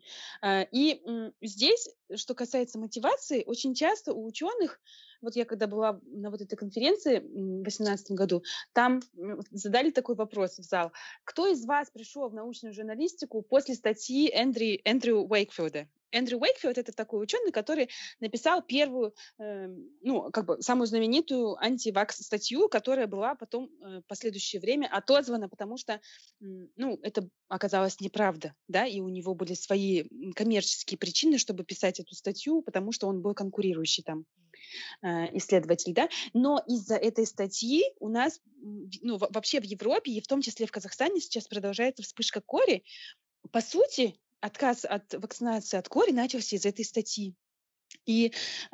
И здесь, что касается мотивации, очень часто у ученых, вот я когда была на вот этой конференции в 2018 году, там задали такой вопрос в зал. Кто из вас пришел в научную журналистику после статьи Эндрю Уэйкфилда? Эндрю Уэйкфилд — это такой ученый, который написал первую, ну, как бы самую знаменитую антивакс-статью, которая была потом в последующее время отозвана, потому что, ну, это оказалось неправда, да, и у него были свои коммерческие причины, чтобы писать эту статью, потому что он был конкурирующий там исследователь, да, но из-за этой статьи у нас, ну, вообще в Европе и в том числе в Казахстане сейчас продолжается вспышка кори. По сути, отказ от вакцинации от кори начался из этой статьи. И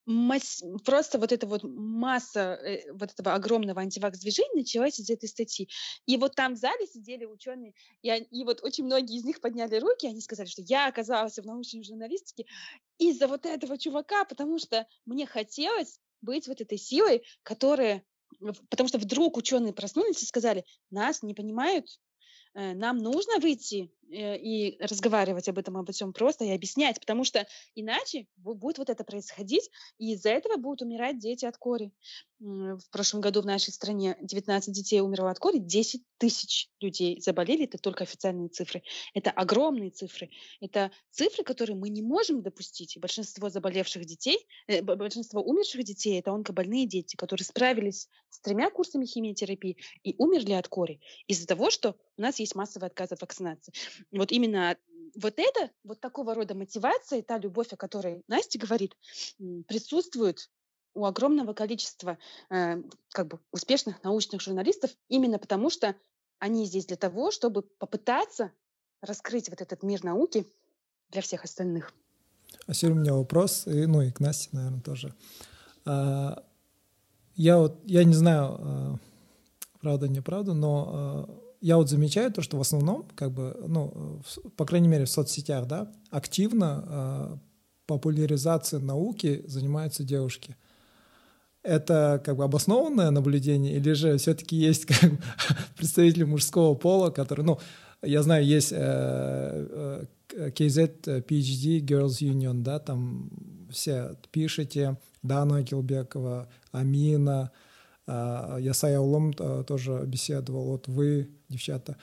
просто вот эта вот масса вот этого огромного антивакс-движения началась из этой статьи. И вот там в зале сидели ученые, и вот очень многие из них подняли руки, они сказали, что я оказался в научной журналистике из-за вот этого чувака, потому что мне хотелось быть вот этой силой, потому что вдруг ученые проснулись и сказали, нас не понимают, нам нужно выйти и разговаривать обо всем просто и объяснять, потому что иначе будет вот это происходить, и из-за этого будут умирать дети от кори. В прошлом году в нашей стране 19 детей умерло от кори, 10 тысяч людей заболели, это только официальные цифры. Это огромные цифры. Это цифры, которые мы не можем допустить. И большинство заболевших детей, большинство умерших детей, это онкобольные дети, которые справились с 3 курсами химиотерапии и умерли от кори из-за того, что у нас есть массовый отказ от вакцинации. Вот именно вот такого рода мотивация, та любовь, о которой Настя говорит, присутствует у огромного количества успешных научных журналистов, именно потому что они здесь для того, чтобы попытаться раскрыть вот этот мир науки для всех остальных. Асиль, у меня вопрос, и к Насте, наверное, тоже. Я не знаю, правда, неправда, но я вот замечаю то, что в основном, по крайней мере, в соцсетях, да, активно популяризацией науки занимаются девушки. Это обоснованное наблюдение, или же все-таки есть представители мужского пола, которые, я знаю, есть KZ PhD Girls Union, да, там все пишете, Дана Акилбекова, Амина, Ясая Улым тоже беседовал, вот вы, девчата.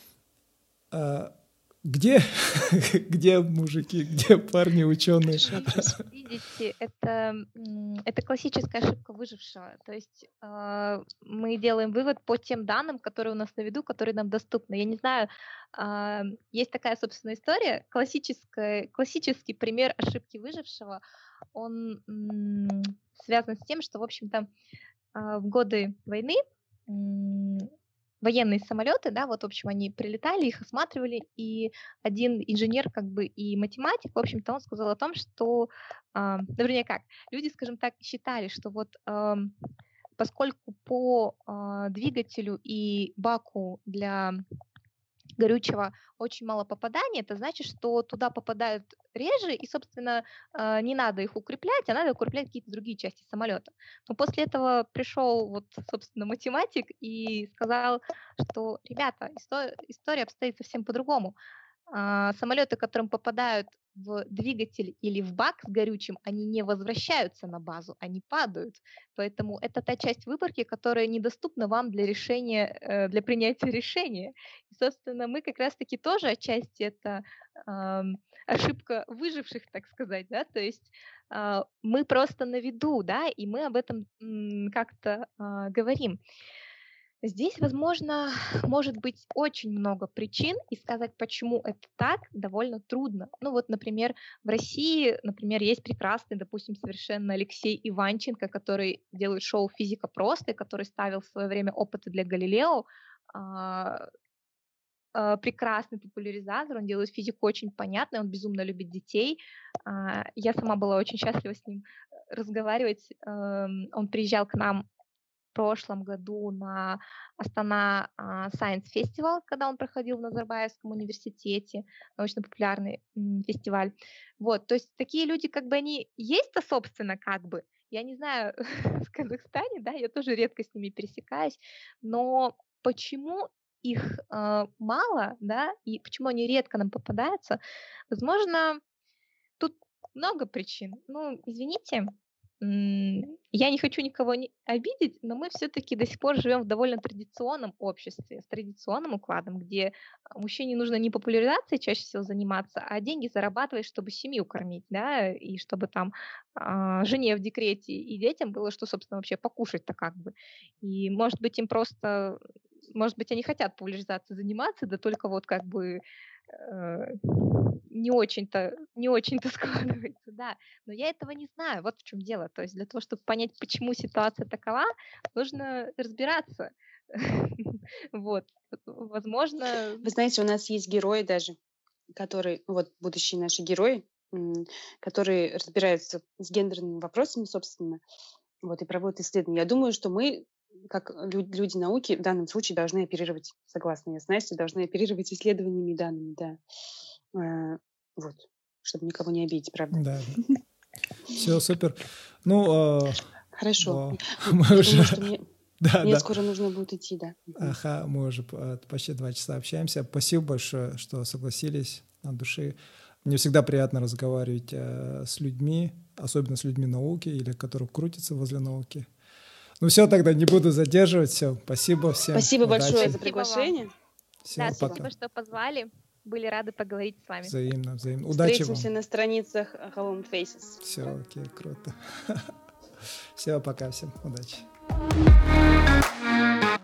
Где мужики, где парни, ученые? Видите, это классическая ошибка выжившего. То есть мы делаем вывод по тем данным, которые у нас на виду, которые нам доступны. Я не знаю, есть такая, собственно, история. Классический пример ошибки выжившего, он связан с тем, что, в общем-то, в годы войны военные самолеты, да, вот, в общем, они прилетали, их осматривали, и один инженер, и математик, в общем-то, он сказал о том, что, люди, скажем так, считали, что вот поскольку по двигателю и баку для горючего очень мало попаданий, это значит, что туда попадают реже, и, собственно, не надо их укреплять, а надо укреплять какие-то другие части самолета. Но после этого пришел, собственно, математик и сказал, что, ребята, история обстоит совсем по-другому. Самолеты, которым попадают в двигатель или в бак с горючим, они не возвращаются на базу, они падают. Поэтому это та часть выборки, которая недоступна вам для принятия решения. И, собственно, мы как раз-таки тоже отчасти это ошибка выживших, так сказать, да, то есть мы просто на виду, да, и мы об этом как-то говорим. Здесь, возможно, может быть очень много причин, и сказать, почему это так, довольно трудно. Например, в России, есть прекрасный, допустим, совершенно Алексей Иванченко, который делает шоу «Физика просто», который ставил в свое время опыты для Галилео. Прекрасный популяризатор, он делает физику очень понятной, он безумно любит детей. Я сама была очень счастлива с ним разговаривать. Он приезжал к нам в прошлом году на Астана Science Festival, когда он проходил в Назарбаевском университете, научно-популярный фестиваль. Вот, то есть такие люди, они есть-то, собственно, я не знаю, в Казахстане, да, я тоже редко с ними пересекаюсь, но почему их мало, да, и почему они редко нам попадаются, возможно, тут много причин. Извините, я не хочу никого обидеть, но мы все-таки до сих пор живем в довольно традиционном обществе, с традиционным укладом, где мужчине нужно не популяризацией чаще всего заниматься, а деньги зарабатывать, чтобы семью кормить, да, и чтобы там жене в декрете и детям было что, собственно, вообще покушать-то И, может быть, они хотят популяризацией заниматься, да только не очень-то складывается, да. Но я этого не знаю, вот в чем дело. То есть для того, чтобы понять, почему ситуация такова, нужно разбираться. Вот, возможно... Вы знаете, у нас есть герои даже, которые, будущие наши герои, которые разбираются с гендерными вопросами, собственно, вот, и проводят исследования. Я думаю, что мы, как люди науки, в данном случае должны оперировать, согласно я с Настей, должны оперировать исследованиями и данными, да. Вот, чтобы никого не обидеть, правда. Да. Все, супер. Ну, хорошо. Мы Я уже... думаю, что мне Да. скоро нужно будет идти, да. Ага, мы уже почти 2 часа общаемся. Спасибо большое, что согласились от души. Мне всегда приятно разговаривать с людьми, особенно с людьми науки или которые крутятся возле науки. Ну все, тогда не буду задерживать. Все, спасибо всем. Спасибо Удачи. большое за приглашение. Все, Да, пока. спасибо, что позвали. Были рады поговорить с вами. Взаимно. Удачи вам. Встретимся на страницах Home Faces. Все, окей, круто. Все, пока всем. Удачи.